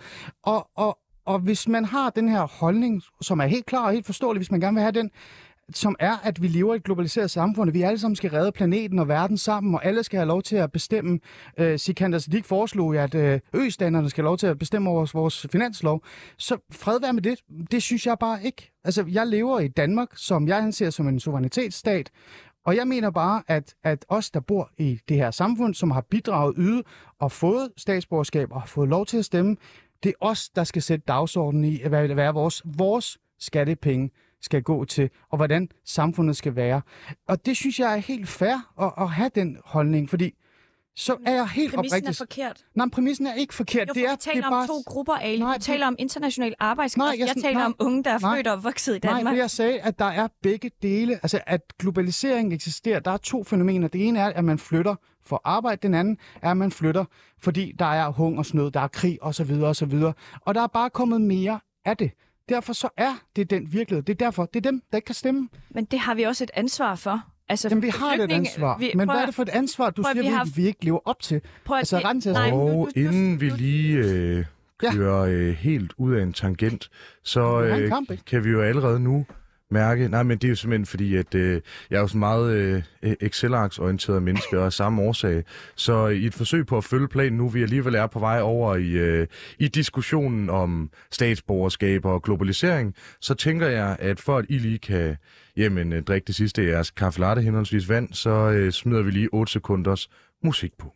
Og hvis man har den her holdning, som er helt klar og helt forståelig, hvis man gerne vil have den, som er, at vi lever i et globaliseret samfund, og vi alle sammen skal redde planeten og verden sammen, og alle skal have lov til at bestemme. Sikander Siddiq foreslog, at østanderne skal have lov til at bestemme over vores finanslov. Så fred være med det. Det synes jeg bare ikke. Altså, jeg lever i Danmark, som jeg anser som en suverænitetsstat, og jeg mener bare, at os, der bor i det her samfund, som har bidraget, ydet og fået statsborgerskab og har fået lov til at stemme, det er os, der skal sætte dagsordenen i, hvad vores skattepenge skal gå til, og hvordan samfundet skal være. Og det synes jeg er helt fair at have den holdning, fordi så er jeg helt oprigtigt... Præmissen er forkert. Nej, præmissen er ikke forkert. Jo, vi taler om 2 grupper, Ali. Vi taler om international arbejdskraft. Jeg taler om unge, der er født og vokset i Danmark. Nej, jeg sagde, at der er begge dele. Altså, at globalisering eksisterer. Der er 2 fænomener. Det ene er, at man flytter for arbejde. Den anden er, at man flytter, fordi der er hungersnød, der er krig osv. osv. Og der er bare kommet mere af det. Derfor så er det den virkelighed. Det er derfor, det er dem, der ikke kan stemme. Men det har vi også et ansvar for. Altså, Jamen, vi har et ansvar. Men hvad er det for et ansvar, du siger, vi ikke lever op til? Altså, retten til Og inden vi lige kører helt ud af en tangent, så kan vi jo allerede nu mærke... Nej, men det er jo simpelthen fordi, at jeg er jo sådan meget Excel-arks-orienteret menneske, og af samme årsag. Så i et forsøg på at følge planen nu, vi alligevel er på vej over i diskussionen om statsborgerskab og globalisering, så tænker jeg, at for at I lige kan drikke det sidste af jeres kaffe latte, henholdsvis vand, så smider vi lige 8 sekunders musik på.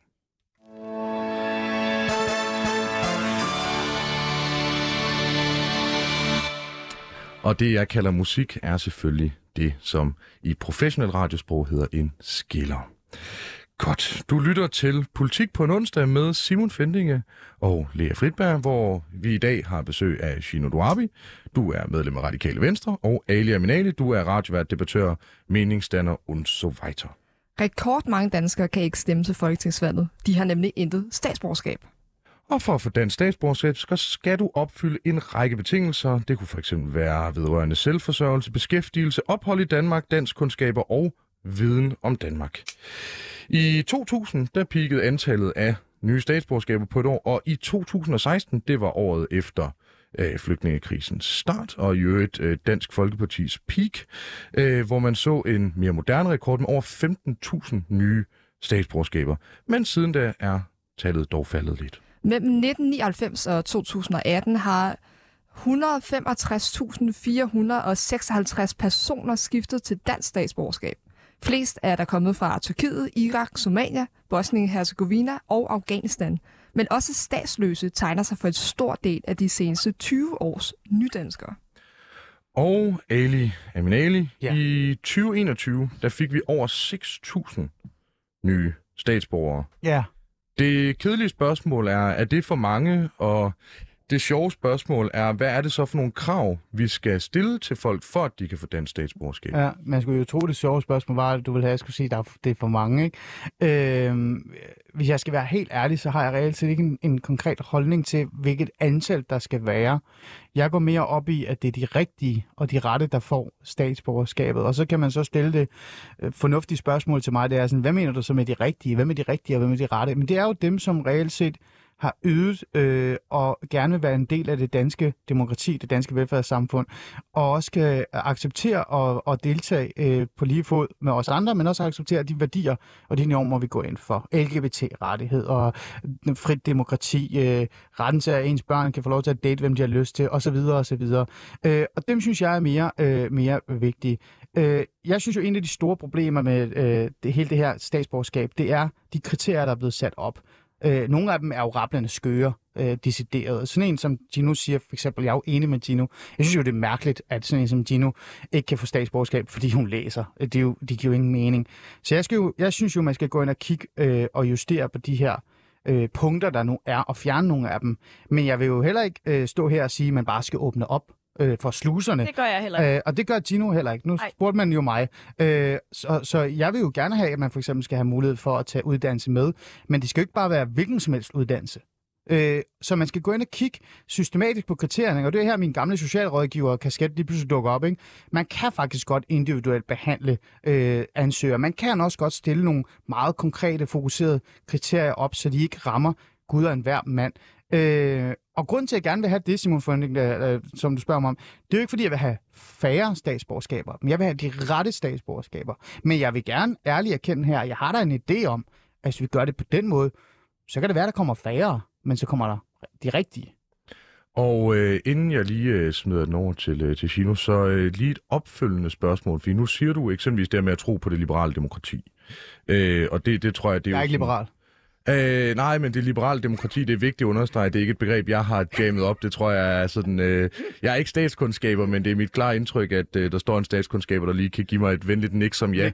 Og det, jeg kalder musik, er selvfølgelig det, som i professionel radiosprog hedder en skiller. Godt. Du lytter til Politik på en onsdag med Simon Fendinge og Lea Fridberg, hvor vi i dag har besøg af Shino Duabi. Du er medlem af Radikale Venstre, og Ali Aminali, du er radiovært, debattør, meningsdanner und so weiter. Rekordmange danskere kan ikke stemme til folketingsvalget. De har nemlig intet statsborgerskab. Og for at få dansk statsborgerskab, skal du opfylde en række betingelser. Det kunne fx være vedrørende selvforsørgelse, beskæftigelse, ophold i Danmark, danskkundskaber og viden om Danmark. I 2000, der peakede antallet af nye statsborgerskaber på et år, og i 2016, det var året efter flygtningekrisens start, og i øvrigt Dansk Folkepartis peak, hvor man så en mere moderne rekord med over 15.000 nye statsborgerskaber. Men siden da er tallet dog faldet lidt. Mellem 1999 og 2018 har 165.456 personer skiftet til dansk statsborgerskab. Flest er der kommet fra Tyrkiet, Irak, Somalia, Bosnien-Herzegovina og Afghanistan. Men også statsløse tegner sig for et stort del af de seneste 20 års nydanskere. Og Ali Aminali, i 2021, der fik vi over 6.000 nye statsborgere. Ja. Det kedelige spørgsmål er det for mange? Og det sjove spørgsmål er, hvad er det så for nogle krav, vi skal stille til folk, for at de kan få dansk statsborgerskab? Ja, man skulle jo tro, det sjove spørgsmål var, at du ville have, at jeg skulle sige, at det er for mange. Ikke? Hvis jeg skal være helt ærlig, så har jeg reelt set ikke en konkret holdning til, hvilket antal der skal være. Jeg går mere op i, at det er de rigtige og de rette, der får statsborgerskabet. Og så kan man så stille det fornuftige spørgsmål til mig. Det er sådan, hvad mener du så med de rigtige? Hvem er de rigtige, og hvem er de rette? Men det er jo dem, som reelt set har ydet og gerne vil være en del af det danske demokrati, det danske velfærdssamfund, og også skal acceptere og deltage på lige fod med os andre, men også acceptere de værdier og de normer, vi går ind for. LGBT-rettigheder, frit demokrati, retten til, at ens børn kan få lov til at date, hvem de har lyst til, osv. osv. Og dem synes jeg er mere vigtige. Jeg synes jo, en af de store problemer med hele det her statsborgerskab, det er de kriterier, der er blevet sat op. Nogle af dem er jo rablende skøre, decideret. Sådan en som Gino siger, for eksempel, jeg er jo enig med Gino. Jeg synes jo, det er mærkeligt, at sådan en som Gino ikke kan få statsborgerskab, fordi hun læser. Det giver jo ingen mening. Så jeg synes jo, man skal gå ind og kigge og justere på de her punkter, der nu er, og fjerne nogle af dem. Men jeg vil jo heller ikke stå her og sige, at man bare skal åbne op for sluserne. Det gør jeg heller ikke. Og det gør Gino heller ikke. Nu spurgte man jo mig. Så jeg vil jo gerne have, at man for eksempel skal have mulighed for at tage uddannelse med, men det skal jo ikke bare være hvilken som helst uddannelse. Så man skal gå ind og kigge systematisk på kriterierne, og det er her, min gamle socialrådgiver kasket lige pludselig dukker op. Ikke? Man kan faktisk godt individuelt behandle ansøgere. Man kan også godt stille nogle meget konkrete, fokuserede kriterier op, så de ikke rammer Gud og enhver mand. Og grunden til, at jeg gerne vil have det, Simon Fending, som du spørger mig om, det er jo ikke, fordi jeg vil have færre statsborgerskaber, men jeg vil have de rette statsborgerskaber. Men jeg vil gerne ærligt erkende her, at jeg har da en idé om, at hvis vi gør det på den måde, så kan det være, at der kommer færre, men så kommer der de rigtige. Og inden jeg lige smider den over til Gino, så lige et opfølgende spørgsmål, for nu siger du eksempelvis det med at tro på det liberale demokrati. Og det tror jeg, det er jeg er ikke liberal. Nej, men det liberale demokrati, det er vigtigt at understrege. Det er ikke et begreb, jeg har jammet op. Det tror jeg er sådan... jeg er ikke statskundskaber, men det er mit klare indtryk, at der står en statskundskaber, der lige kan give mig et venligt nik som ja.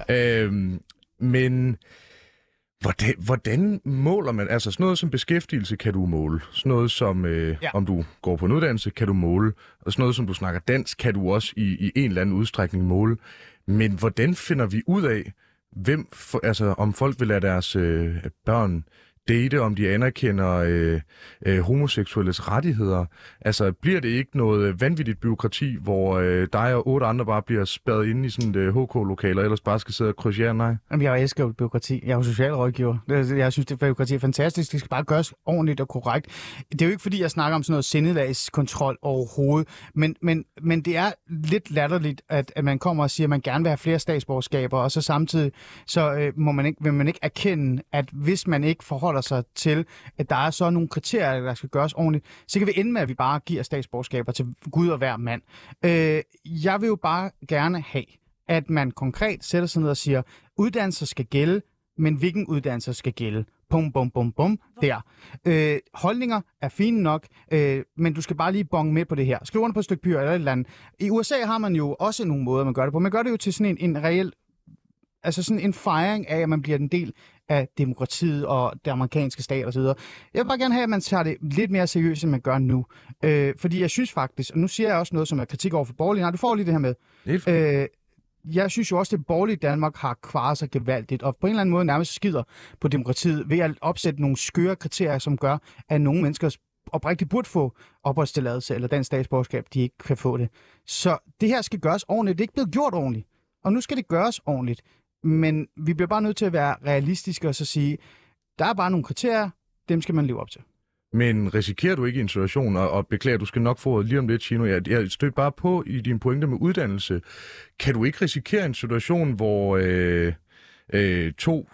Men hvordan måler man... Altså sådan noget som beskæftigelse kan du måle. Sådan noget som, om du går på en uddannelse, kan du måle. Og sådan noget som du snakker dansk, kan du også i en eller anden udstrækning måle. Men hvordan finder vi ud af, om folk vil lade deres børn date, om de anerkender homoseksuelles rettigheder. Altså, bliver det ikke noget vanvittigt byråkrati, hvor dig og 8 andre bare bliver spærret inde i sådan et HK-lokale, og ellers bare skal sidde og krydse ja og nej? Jamen, jeg elsker jo byråkrati. Jeg er jo socialrådgiver. Jeg synes, det byråkrati er fantastisk. Det skal bare gøres ordentligt og korrekt. Det er jo ikke, fordi jeg snakker om sådan noget sindelagskontrol overhovedet, men det er lidt latterligt, at man kommer og siger, at man gerne vil have flere statsborgerskaber, og så samtidig så vil man ikke erkende, at hvis man ikke forholder sig til, at der er så nogle kriterier, der skal gøres ordentligt, så kan vi ende med, at vi bare giver statsborgerskaber til Gud og hver mand. Jeg vil jo bare gerne have, at man konkret sætter sig ned og siger, uddannelser skal gælde, men hvilken uddannelse skal gælde? Bum, bum, bum, bum, der. Holdninger er fine nok, men du skal bare lige bonge med på det her. Skriv under på et stykke papir eller et eller andet. I USA har man jo også nogle måder, man gør det på. Man gør det jo til sådan en reel, altså sådan en fejring af, at man bliver en del af demokratiet og det amerikanske stat osv. Jeg vil bare gerne have, at man tager det lidt mere seriøst, end man gør nu. Fordi jeg synes faktisk, og nu siger jeg også noget, som er kritik over for borgerlige. Nej, du får lige det her med. Jeg synes jo også, at det borgerlige Danmark har kvaret sig gevaldigt, og på en eller anden måde nærmest skider på demokratiet ved at opsætte nogle skøre kriterier, som gør, at nogle mennesker oprigtigt burde få opholdstilladelse eller dansk statsborgerskab, de ikke kan få det. Så det her skal gøres ordentligt. Det er ikke blevet gjort ordentligt, og nu skal det gøres ordentligt. Men vi bliver bare nødt til at være realistiske og så sige, der er bare nogle kriterier, dem skal man leve op til. Men risikerer du ikke i en situation, og beklager, du skal nok få lige om lidt, Chino, jeg støtter bare på i dine pointer med uddannelse. Kan du ikke risikere en situation, hvor to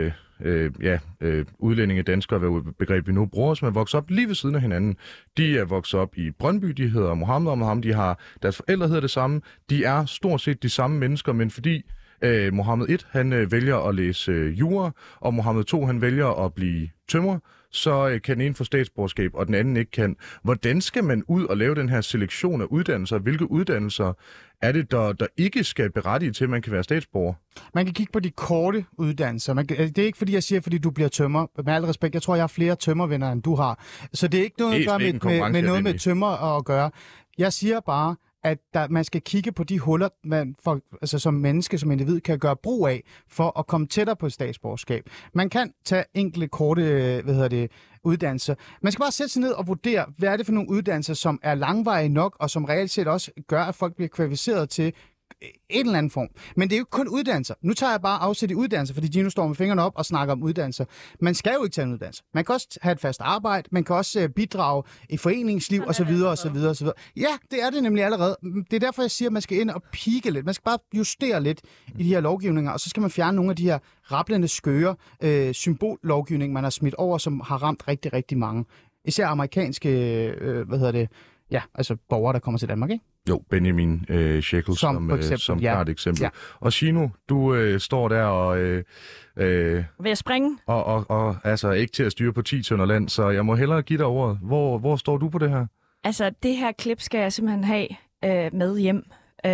udlændinge danskere, hvad begreb vi nu bruger, som er vokset op lige ved siden af hinanden, de er vokset op i Brøndby, de hedder Mohammed og Mohammed, de har, deres forældre hedder det samme, de er stort set de samme mennesker, men fordi Mohammed 1, han vælger at læse jura, og Mohammed 2, han vælger at blive tømrer, så kan den ene få statsborgerskab, og den anden ikke kan. Hvordan skal man ud og lave den her selektion af uddannelser? Hvilke uddannelser er det, der ikke skal berettige til, at man kan være statsborger? Man kan kigge på de korte uddannelser. Det er ikke, fordi jeg siger, fordi du bliver tømrer. Med al respekt, jeg tror, jeg har flere tømmervenner, end du har. Så det er ikke noget, med noget med tømrer at gøre. Jeg siger bare, at man skal kigge på de huller, man som menneske, som individ, kan gøre brug af, for at komme tættere på et statsborgerskab. Man kan tage enkelte korte uddannelser. Man skal bare sætte sig ned og vurdere, hvad er det for nogle uddannelser, som er langvarige nok, og som reelt set også gør, at folk bliver kvalificeret til en eller anden form. Men det er jo ikke kun uddannelser. Nu tager jeg bare afsæt i uddannelser, fordi Gino står med fingrene op og snakker om uddannelser. Man skal jo ikke tage en uddannelse. Man kan også have et fast arbejde, man kan også bidrage i foreningsliv osv. osv. Ja, det er det nemlig allerede. Det er derfor, jeg siger, at man skal ind og pike lidt. Man skal bare justere lidt i de her lovgivninger, og så skal man fjerne nogle af de her rablende skøre symbollovgivning, man har smidt over, som har ramt rigtig, rigtig mange. Især amerikanske, borgere, der kommer til Danmark, ikke? Jo, Benjamin Shekels som klart eksempel. Ja. Og Chino, du står der og vil jeg springe? Og altså ikke til at styre på 10 tønder land, så jeg må hellere give dig ordet. Hvor står du på det her? Altså, det her klip skal jeg simpelthen have med hjem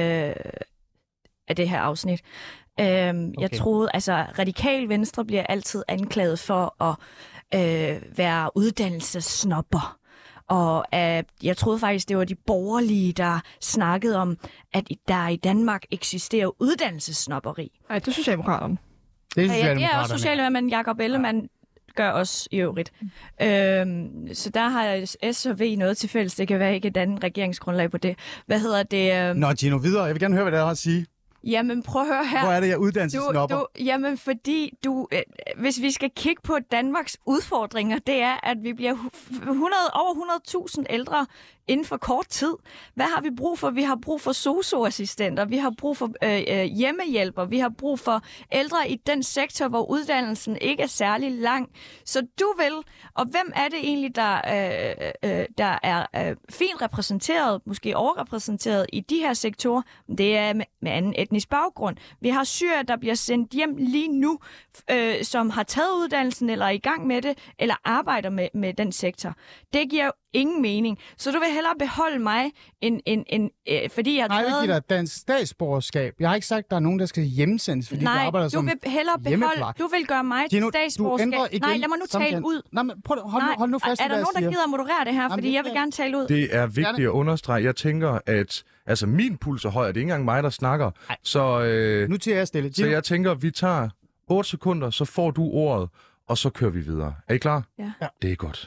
af det her afsnit. Okay. Jeg troede, altså Radikal Venstre bliver altid anklaget for at være uddannelsessnopper. Og jeg troede faktisk, det var de borgerlige, der snakkede om, at der i Danmark eksisterer uddannelsessnopperi. Nej, det er Socialdemokraterne. Det er også Socialdemokraterne, men Jakob Ellemann gør også i øvrigt. Så der har S og V noget til fælles. Det kan være ikke et andet regeringsgrundlag på det. Hvad hedder det? Nå, Gino, videre. Jeg vil gerne høre, hvad det er at sige. Jamen, prøv at høre her. Hvor er det, jeg uddannelsesnopper? Jamen, fordi hvis vi skal kigge på Danmarks udfordringer, det er, at vi bliver over 100.000 ældre inden for kort tid. Hvad har vi brug for? Vi har brug for sosu-assistenter, vi har brug for hjemmehjælper, vi har brug for ældre i den sektor, hvor uddannelsen ikke er særlig lang. Så du vil, og hvem er det egentlig, der er fint repræsenteret, måske overrepræsenteret i de her sektorer? Det er med anden etnisk baggrund. Vi har syrere, der bliver sendt hjem lige nu, som har taget uddannelsen, eller er i gang med det, eller arbejder med den sektor. Det giver jo ingen mening. Så du vil hellere beholde mig, fordi jeg har taget... Nej, jeg vil give dig dansk statsborgerskab. Jeg har ikke sagt, at der er nogen, der skal hjemsendes, fordi du arbejder som hjemmeplejer. Nej, du vil hellere beholde... Du vil gøre mig til statsborgerskab. Nej, lad mig nu tale ud. Nej, men prøv hold nu fast. Er der nogen, der gider at moderere det her? Fordi jeg vil gerne tale ud. Det er vigtigt at understrege. Jeg tænker, at altså, min puls er høj, det er ikke engang mig, der snakker. Så, nu til jeg stille. Så jeg tænker, vi tager 8 sekunder, så får du ordet. og så kører vi videre. Er I klar? Ja. Det er godt.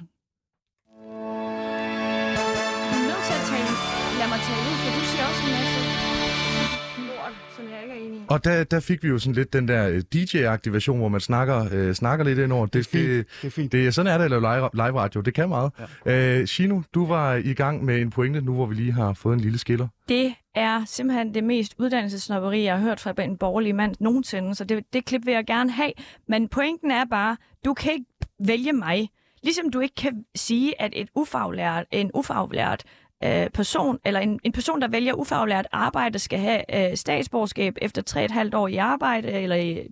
Lad mig tale ud, for du siger også en masse lort, som jeg ikke er enig i. Og der fik vi jo sådan lidt den der DJ-aktivation, hvor man snakker lidt indover. Det er fint. Sådan er det at lave live radio. Det kan meget. Ja. Shino, du var i gang med en pointe nu, hvor vi lige har fået en lille skiller. Det er simpelthen det mest uddannelsessnobberi, jeg har hørt fra en borgerlig mand nogensinde, så det klip vil jeg gerne have. Men pointen er bare, du kan ikke vælge mig. Ligesom du ikke kan sige, at en ufaglært person, eller en person, der vælger ufaglært arbejde, skal have statsborgerskab efter 3,5 år i arbejde, eller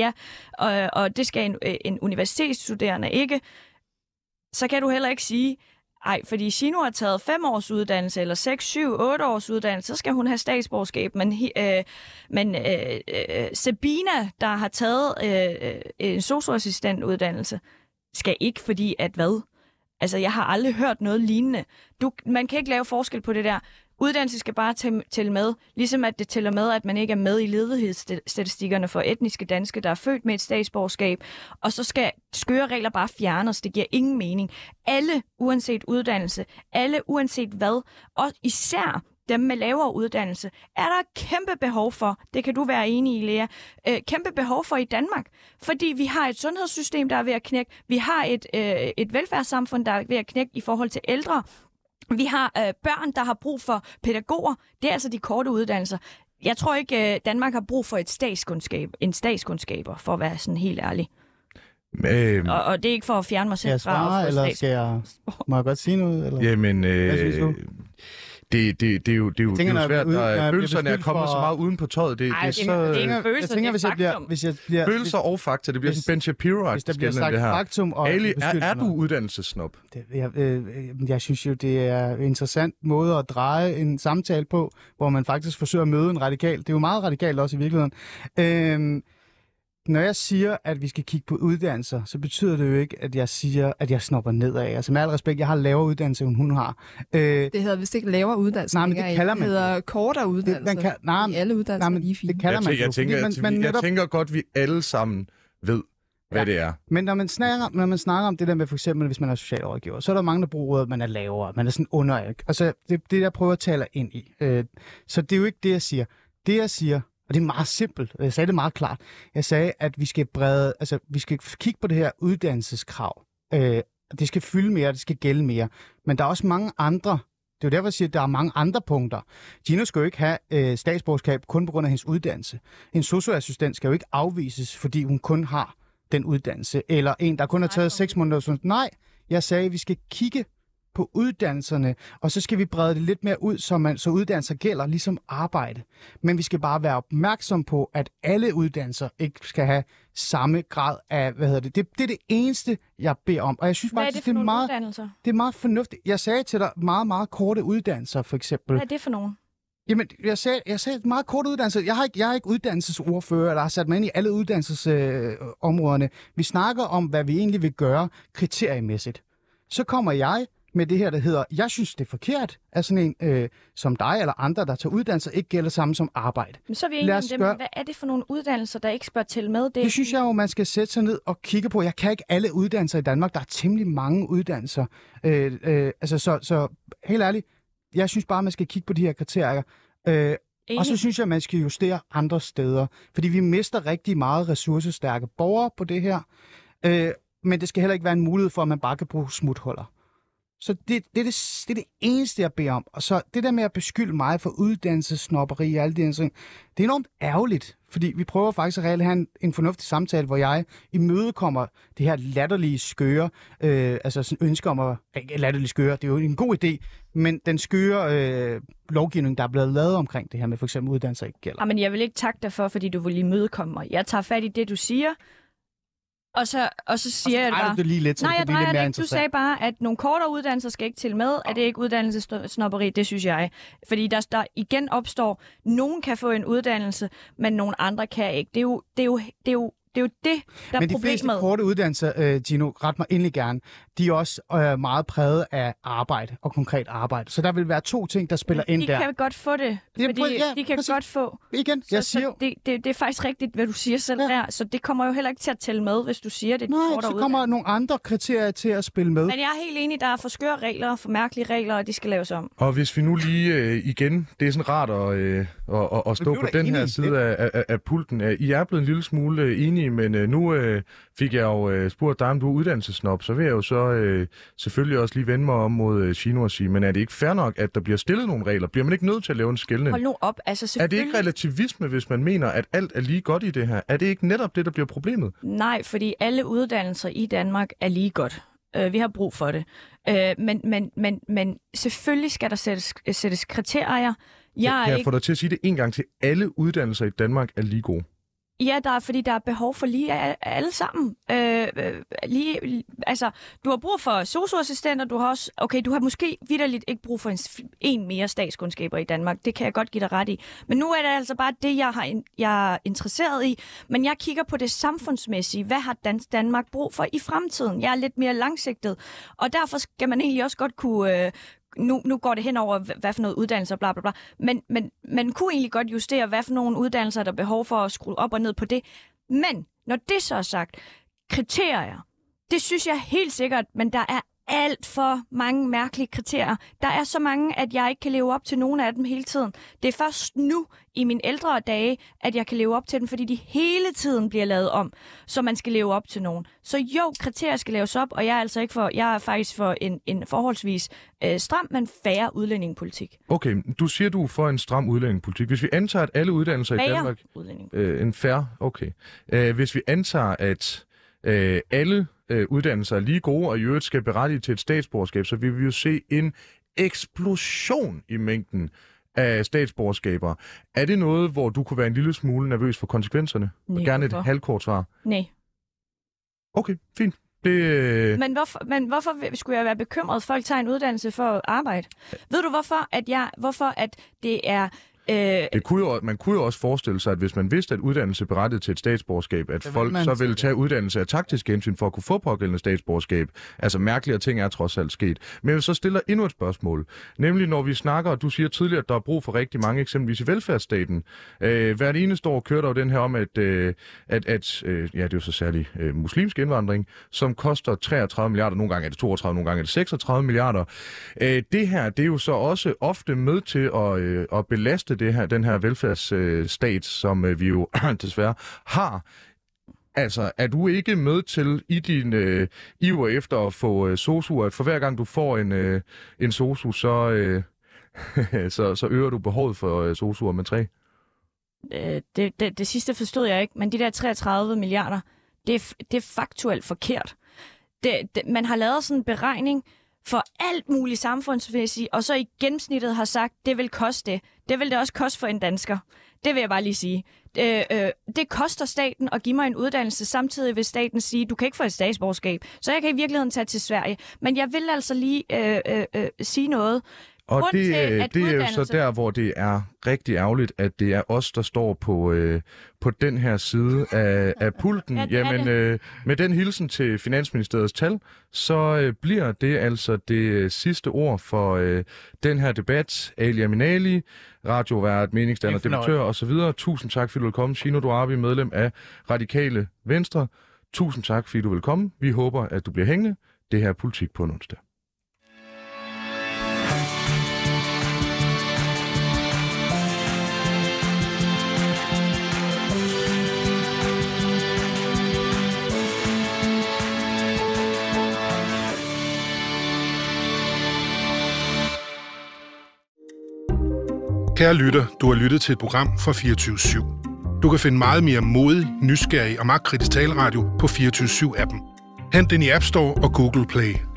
og det skal en universitetsstuderende ikke, så kan du heller ikke sige, fordi Shino har taget 5 års uddannelse, eller 6, 7, 8 års uddannelse, så skal hun have statsborgerskab. Men Sabina, der har taget en sosu-assistentuddannelse, skal ikke, fordi at hvad? Altså, jeg har aldrig hørt noget lignende. Man kan ikke lave forskel på det der. Uddannelse skal bare tælle med, ligesom at det tæller med, at man ikke er med i ledighedsstatistikkerne for etniske danske, der er født med et statsborgerskab, og så skal skøre regler bare fjernes. Det giver ingen mening. Alle, uanset uddannelse, alle, uanset hvad, og især dem med lavere uddannelse, er der kæmpe behov for, det kan du være enig i, Lea, kæmpe behov for i Danmark. Fordi vi har et sundhedssystem, der er ved at knække. Vi har et velfærdssamfund, der er ved at knække i forhold til ældre. Vi har børn, der har brug for pædagoger. Det er altså de korte uddannelser. Jeg tror ikke, Danmark har brug for en statskundskaber, for at være sådan helt ærlig. Og det er ikke for at fjerne mig selv fra. Eller må jeg godt sige noget? Eller? Jamen, det er jo svært, når følelserne er kommet så meget uden på tøjet. Det er ikke følelser, det er faktum. Følelser og fakta, det bliver sådan Ben Shapiro-agtigt. Hvis der bliver sagt faktum og... Ali, er du uddannelsessnob? Jeg synes jo, det er en interessant måde at dreje en samtale på, hvor man faktisk forsøger at møde en radikal. Det er jo meget radikalt også i virkeligheden. Når jeg siger, at vi skal kigge på uddannelser, så betyder det jo ikke, at jeg siger, at jeg snopper nedad. Altså med al respekt, jeg har lavere uddannelse, end hun har. Det hedder vist ikke lavere uddannelse. Nej, men det kalder man. Det hedder kortere uddannelse. I alle uddannelser er lige fine. Det kalder man jo. Jeg tænker godt, vi alle sammen ved, hvad det er. Men når man snakker om det der med, for eksempel, hvis man er socialrådgiver, så er der mange, der bruger, at man er lavere. Man er sådan under, ikke? Altså, det jeg prøver at tale ind i. Så det er jo ikke det, jeg siger. Det, jeg siger, og det er meget simpelt, og jeg sagde det meget klart. Jeg sagde, at vi skal kigge på det her uddannelseskrav. Det skal fylde mere, det skal gælde mere. Men der er også mange andre. Det er jo derfor, jeg siger, at der er mange andre punkter. Gino skal jo ikke have statsborgerskab kun på grund af hendes uddannelse. En sosu-assistent skal jo ikke afvises, fordi hun kun har den uddannelse. Eller en, der kun har taget 6 måneder. Nej, jeg sagde, at vi skal kigge på uddannelserne, og så skal vi brede det lidt mere ud, så uddannelser gælder ligesom arbejde. Men vi skal bare være opmærksom på, at alle uddannelser ikke skal have samme grad af, det er det eneste, jeg beder om. Og jeg synes faktisk, det er meget fornuftigt. Jeg sagde til dig meget, meget korte uddannelser, for eksempel. Hvad er det for nogen? Jamen, jeg sagde meget kort uddannelse. Jeg er ikke uddannelsesordfører, der har sat mig ind i alle uddannelsesområderne. Vi snakker om, hvad vi egentlig vil gøre kriteriemæssigt. Så kommer jeg med det her, der hedder, jeg synes, det er forkert, at sådan en som dig eller andre, der tager uddannelser, ikke gælder samme som arbejde. Men så er vi enige om det, men hvad er det for nogle uddannelser, der ikke spørger til med? Det synes jeg jo, man skal sætte sig ned og kigge på. Jeg kan ikke alle uddannelser i Danmark. Der er temmelig mange uddannelser. Så helt ærligt, jeg synes bare, man skal kigge på de her kriterier. Og så synes jeg, man skal justere andre steder. Fordi vi mister rigtig meget ressourcestærke borgere på det her. Men det skal heller ikke være en mulighed for, at man bare kan bruge smuthuller. Så det er det eneste, jeg beder om. Og så det der med at beskylde mig for uddannelsessnobberi og alle de her ting, det er enormt ærgerligt. Fordi vi prøver faktisk at reelt have en fornuftig samtale, hvor jeg imødekommer det her latterlige skøre, altså sådan ønsker om at... Latterlige skøre, det er jo en god idé, men den skøre lovgivning, der er blevet lavet omkring det her med for eksempel uddannelser ikke gælder. Men jeg vil ikke takke dig for, fordi du vil imødekomme mig. Jeg tager fat i det, du siger, og så siger jeg bare... Det lige lidt, nej, jeg drejer det ikke. Du sagde bare, at nogle kortere uddannelser skal ikke til med. Er det ikke uddannelsessnobberi? Det synes jeg. Fordi der igen opstår, nogen kan få en uddannelse, men nogle andre kan ikke. Det Det er jo det, der er Men de fleste problemet. korte uddannelser, Gino, ret mig endelig gerne, de er også meget præget af arbejde og konkret arbejde. Så der vil være 2 ting, der spiller ind der. De kan godt få det, fordi de kan præcis. godt få... Igen, jeg siger... Så det er faktisk rigtigt, hvad du siger selv der, så det kommer jo heller ikke til at tælle med, hvis du siger det. Nej, så kommer nogle andre kriterier til at spille med. Men jeg er helt enig, der er for skøre regler, for mærkelige regler, og de skal laves om. Og hvis vi nu lige igen, det er sådan rart at stå på den her side af pulten. I er blevet en lille smule enige, men nu fik jeg jo spurgt dig, om du er uddannelsesnop, så vil jeg jo så selvfølgelig også lige vende mig om mod Gino og sige, men er det ikke fair nok, at der bliver stillet nogle regler? Bliver man ikke nødt til at lave en skelnen? Hold nu op, altså selvfølgelig... Er det ikke relativisme, hvis man mener, at alt er lige godt i det her? Er det ikke netop det, der bliver problemet? Nej, fordi alle uddannelser i Danmark er lige godt. Vi har brug for det. Men selvfølgelig skal der sættes kriterier. Kan jeg få dig til at sige det en gang til? Alle uddannelser i Danmark er lige gode. Ja, fordi der er behov for lige alle sammen. Altså, du har brug for sosu-assistenter, du har også... Okay, du har måske vitterligt ikke brug for en mere statskundskaber i Danmark. Det kan jeg godt give dig ret i. Men nu er det altså bare det, jeg er interesseret i. Men jeg kigger på det samfundsmæssige. Hvad har Danmark brug for i fremtiden? Jeg er lidt mere langsigtet. Og derfor skal man egentlig også godt kunne... Nu går det hen over, hvad for noget uddannelser, bla bla bla. Men man kunne egentlig godt justere, hvad for nogle uddannelser der er behov for at skrue op og ned på det. Men når det så er sagt, kriterier, det synes jeg helt sikkert, men der er alt for mange mærkelige kriterier. Der er så mange, at jeg ikke kan leve op til nogle af dem hele tiden. Det er først nu i mine ældre dage, at jeg kan leve op til dem, fordi de hele tiden bliver lavet om, så man skal leve op til nogen. Så jo, kriterier skal laves op, og jeg er faktisk for en forholdsvis stram, men fair udlændingepolitik. Okay, du siger, du er for en stram udlændingepolitik. Hvis vi antager, at alle uddannelser i Danmark... en fair, okay. Hvis vi antager, at alle uddannelser er lige gode, og i øvrigt skal berettige til et statsborgerskab, så vil vi jo se en eksplosion i mængden af statsborgerskaber. Er det noget, hvor du kunne være en lille smule nervøs for konsekvenserne? Nej, og gerne et halvkort svar. Nej. Okay, fint. Men hvorfor skulle jeg være bekymret, at folk tager en uddannelse for at arbejde? Ved du, hvorfor at det er... Man kunne jo også forestille sig, at hvis man vidste, at uddannelse berettigede til et statsborgerskab, at folk så ville tage uddannelse af taktisk hensyn for at kunne få pågældende statsborgerskab. Altså mærkeligere ting er trods alt sket. Men jeg vil så stille endnu et spørgsmål. Nemlig når vi snakker, og du siger tidligere, at der er brug for rigtig mange, eksempelvis i velfærdsstaten. Hvert eneste år kører der jo den her om, at det er jo så særlig muslimsk indvandring, som koster 33 milliarder, nogle gange er det 32, nogle gange er det 36 milliarder. Det her, det er jo så også ofte med til at belaste den her velfærdsstat, som vi jo desværre har. Altså, er du ikke med til i din iver efter at få sosu'er, at for hver gang du får en sosu, så øger du behovet for sosu'er med 3? Det sidste forstod jeg ikke, men de der 33 milliarder, det er faktuelt forkert. Man har lavet sådan en beregning for alt muligt samfundsmæssigt, og så i gennemsnittet har sagt, det vil koste det. Det vil det også koste for en dansker. Det vil jeg bare lige sige. Det koster staten at give mig en uddannelse, samtidig vil staten sige, du kan ikke få et statsborgerskab, så jeg kan i virkeligheden tage til Sverige. Men jeg vil altså lige sige noget. Og det er jo så der, hvor det er rigtig ærgerligt, at det er os, der står på den her side af pulten. Jamen, med den hilsen til Finansministeriets tal, så bliver det altså det sidste ord for den her debat. Ali Aminali, radiovært, meningsdanner, debattør osv. Tusind tak, fordi du vil komme. Gino Duarbi, medlem af Radikale Venstre. Tusind tak, fordi du vil komme. Vi håber, at du bliver hængende. Det her er Politik på en onsdag. Kære lytter, du har lyttet til et program fra 24/7. Du kan finde meget mere modig, nysgerrig og magtkritisk taleradio på 24/7-appen. Hent den i App Store og Google Play.